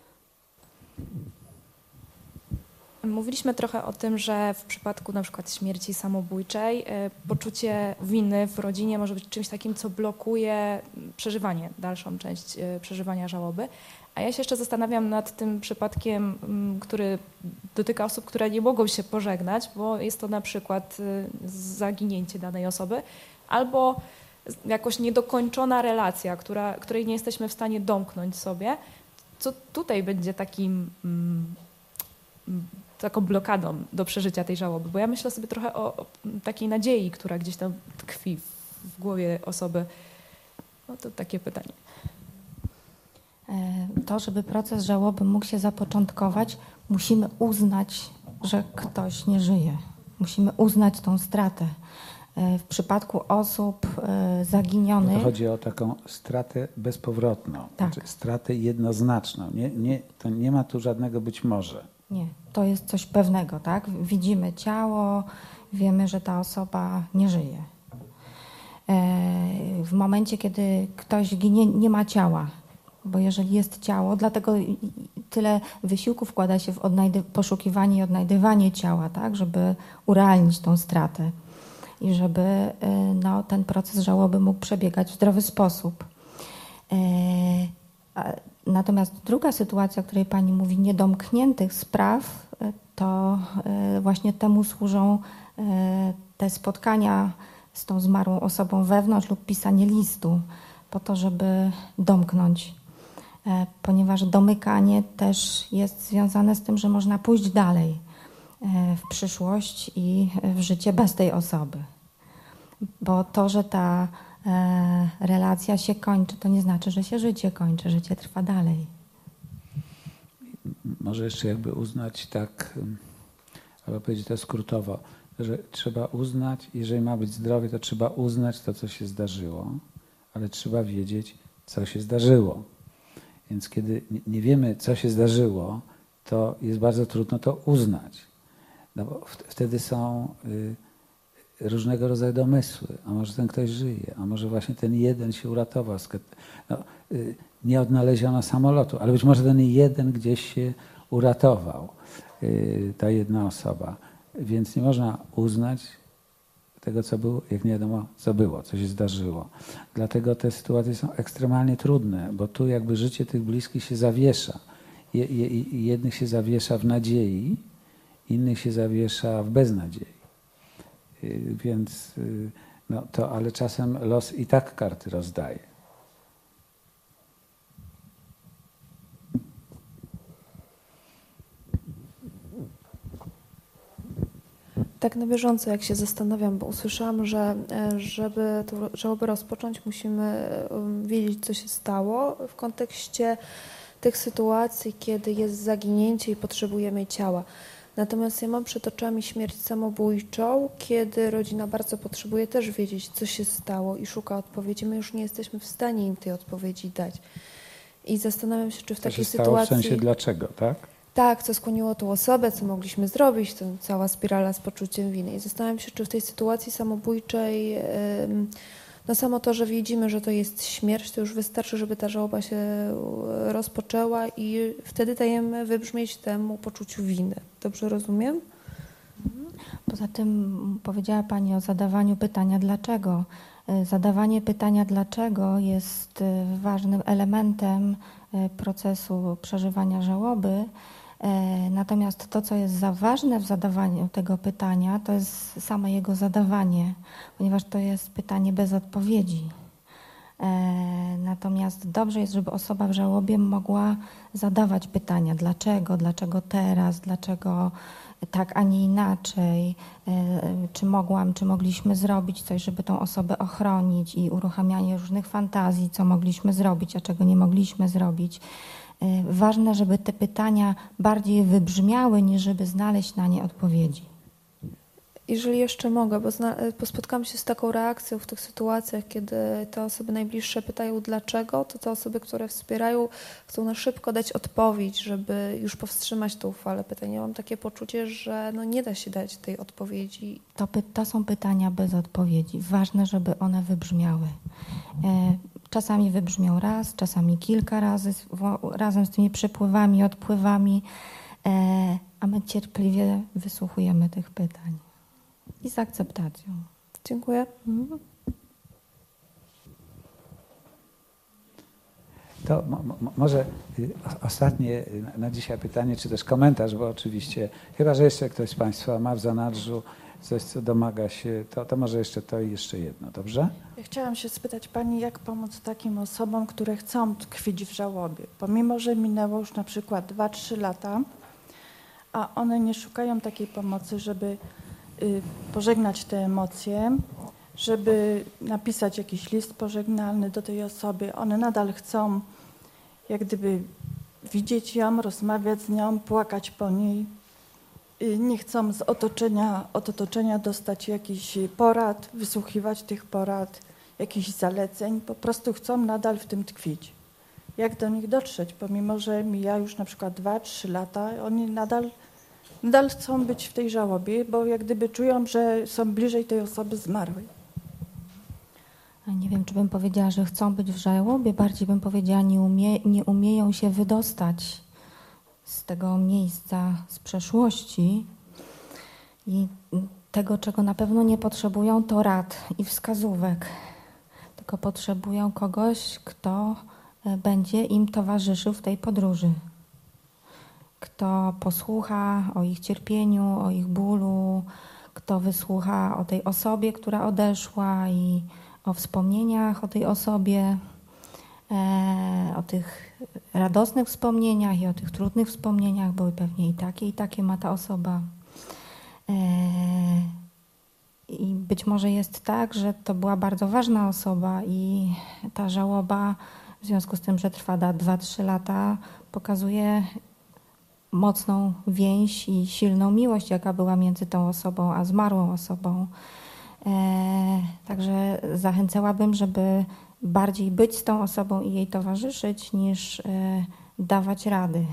Speaker 11: Mówiliśmy trochę o tym, że w przypadku na przykład śmierci samobójczej poczucie winy w rodzinie może być czymś takim, co blokuje przeżywanie, dalszą część przeżywania żałoby. A ja się jeszcze zastanawiam nad tym przypadkiem, który dotyka osób, które nie mogą się pożegnać, bo jest to na przykład zaginięcie danej osoby albo jakoś niedokończona relacja, której nie jesteśmy w stanie domknąć sobie. Co tutaj będzie taką blokadą do przeżycia tej żałoby? Bo ja myślę sobie trochę o takiej nadziei, która gdzieś tam tkwi w głowie osoby. No to takie pytanie.
Speaker 2: To, żeby proces żałoby mógł się zapoczątkować, musimy uznać, że ktoś nie żyje. Musimy uznać tą stratę. W przypadku osób zaginionych...
Speaker 1: To chodzi o taką stratę bezpowrotną,
Speaker 2: tak.
Speaker 1: Znaczy stratę jednoznaczną. To nie ma tu żadnego być może.
Speaker 2: Nie, to jest coś pewnego, tak? Widzimy ciało, wiemy, że ta osoba nie żyje. w momencie, kiedy ktoś ginie, nie ma ciała. Bo jeżeli jest ciało, dlatego tyle wysiłku wkłada się w poszukiwanie i odnajdywanie ciała, tak, żeby urealnić tą stratę i żeby ten proces żałoby mógł przebiegać w zdrowy sposób. Natomiast druga sytuacja, o której Pani mówi, niedomkniętych spraw, to właśnie temu służą te spotkania z tą zmarłą osobą wewnątrz lub pisanie listu po to, żeby domknąć. Ponieważ domykanie też jest związane z tym, że można pójść dalej w przyszłość i w życie bez tej osoby. Bo to, że ta relacja się kończy, to nie znaczy, że się życie kończy. Życie trwa dalej.
Speaker 1: Może jeszcze jakby uznać tak, albo powiedzieć to skrótowo, że trzeba uznać, jeżeli ma być zdrowie, to trzeba uznać to, co się zdarzyło, ale trzeba wiedzieć, co się zdarzyło. Więc kiedy nie wiemy, co się zdarzyło, to jest bardzo trudno to uznać. No bo wtedy są różnego rodzaju domysły. A może ten ktoś żyje, a może właśnie ten jeden się uratował. Nie odnaleziono samolotu, ale być może ten jeden gdzieś się uratował, ta jedna osoba. Więc nie można uznać tego, co było, jak nie wiadomo, co było, co się zdarzyło. Dlatego te sytuacje są ekstremalnie trudne, bo tu jakby życie tych bliskich się zawiesza. Jednych się zawiesza w nadziei, innych się zawiesza w beznadziei. Więc ale czasem los i tak karty rozdaje.
Speaker 3: Tak na bieżąco, jak się zastanawiam, bo usłyszałam, że żeby tę żałobę rozpocząć, musimy wiedzieć, co się stało w kontekście tych sytuacji, kiedy jest zaginięcie i potrzebujemy ciała. Natomiast ja mam przed oczami śmierć samobójczą, kiedy rodzina bardzo potrzebuje też wiedzieć, co się stało i szuka odpowiedzi. My już nie jesteśmy w stanie im tej odpowiedzi dać. I zastanawiam się, czy w takiej sytuacji...
Speaker 1: W sensie dlaczego, tak?
Speaker 3: Tak, co skłoniło tą osobę, co mogliśmy zrobić, to cała spirala z poczuciem winy. I zastanawiam się, czy w tej sytuacji samobójczej, samo to, że widzimy, że to jest śmierć, to już wystarczy, żeby ta żałoba się rozpoczęła i wtedy dajemy wybrzmieć temu poczuciu winy. Dobrze rozumiem?
Speaker 2: Poza tym powiedziała Pani o zadawaniu pytania dlaczego. Zadawanie pytania dlaczego jest ważnym elementem procesu przeżywania żałoby. Natomiast to, co jest za ważne w zadawaniu tego pytania, to jest same jego zadawanie, ponieważ to jest pytanie bez odpowiedzi. Natomiast dobrze jest, żeby osoba w żałobie mogła zadawać pytania dlaczego teraz, dlaczego tak, a nie inaczej, czy mogliśmy zrobić coś, żeby tą osobę ochronić i uruchamianie różnych fantazji, co mogliśmy zrobić, a czego nie mogliśmy zrobić. Ważne, żeby te pytania bardziej wybrzmiały, niż żeby znaleźć na nie odpowiedzi.
Speaker 3: Jeżeli jeszcze mogę, bo spotkałam się z taką reakcją w tych sytuacjach, kiedy te osoby najbliższe pytają dlaczego, to te osoby, które wspierają, chcą na szybko dać odpowiedź, żeby już powstrzymać tą falę pytań. Ja mam takie poczucie, że nie da się dać tej odpowiedzi.
Speaker 2: To są pytania bez odpowiedzi. Ważne, żeby one wybrzmiały. Czasami wybrzmią raz, czasami kilka razy, razem z tymi przypływami, odpływami, a my cierpliwie wysłuchujemy tych pytań. I z akceptacją.
Speaker 3: Dziękuję.
Speaker 1: To może ostatnie na dzisiaj pytanie, czy też komentarz, bo oczywiście, chyba że jeszcze ktoś z Państwa ma w zanadrzu coś, co domaga się, to może jeszcze to i jeszcze jedno, dobrze?
Speaker 12: Ja chciałam się spytać Pani, jak pomóc takim osobom, które chcą tkwić w żałobie, pomimo że minęło już na przykład 2-3 lata, a one nie szukają takiej pomocy, żeby pożegnać te emocje, żeby napisać jakiś list pożegnalny do tej osoby. One nadal chcą jak gdyby widzieć ją, rozmawiać z nią, płakać po niej. Nie chcą od otoczenia dostać jakichś porad, wysłuchiwać tych porad, jakichś zaleceń. Po prostu chcą nadal w tym tkwić. Jak do nich dotrzeć, pomimo że mija już na przykład 2-3 lata, oni nadal chcą być w tej żałobie, bo jak gdyby czują, że są bliżej tej osoby zmarłej.
Speaker 2: Nie wiem, czy bym powiedziała, że chcą być w żałobie, bardziej bym powiedziała, nie umieją się wydostać z tego miejsca, z przeszłości. I tego, czego na pewno nie potrzebują, to rad i wskazówek. Tylko potrzebują kogoś, kto będzie im towarzyszył w tej podróży. Kto posłucha o ich cierpieniu, o ich bólu, kto wysłucha o tej osobie, która odeszła i o wspomnieniach o tej osobie, o tych radosnych wspomnieniach i o tych trudnych wspomnieniach, bo pewnie i takie ma ta osoba. I być może jest tak, że to była bardzo ważna osoba i ta żałoba, w związku z tym, że trwa 2-3 lata, pokazuje mocną więź i silną miłość, jaka była między tą osobą a zmarłą osobą. Także zachęcałabym, żeby bardziej być z tą osobą i jej towarzyszyć, niż dawać rady.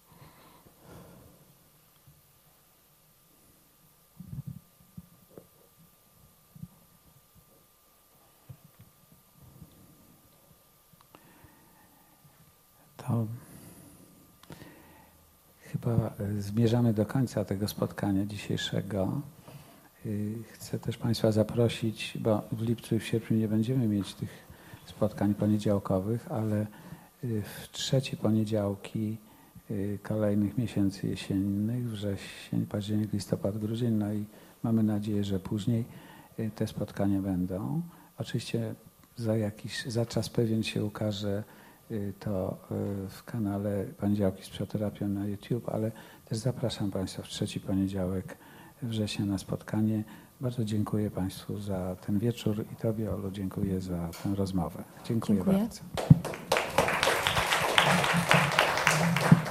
Speaker 1: To chyba zmierzamy do końca tego spotkania dzisiejszego. Chcę też Państwa zaprosić, bo w lipcu i w sierpniu nie będziemy mieć tych spotkań poniedziałkowych, ale w 3 poniedziałki kolejnych miesięcy jesiennych, wrzesień, październik, listopad, grudzień, no i mamy nadzieję, że później te spotkania będą. Oczywiście za czas pewien się ukaże to w kanale Poniedziałki z Psychoterapią na YouTube, ale też zapraszam Państwa w 3 poniedziałek września na spotkanie. Bardzo dziękuję Państwu za ten wieczór i Tobie, Olu, dziękuję za tę rozmowę. Dziękuję bardzo.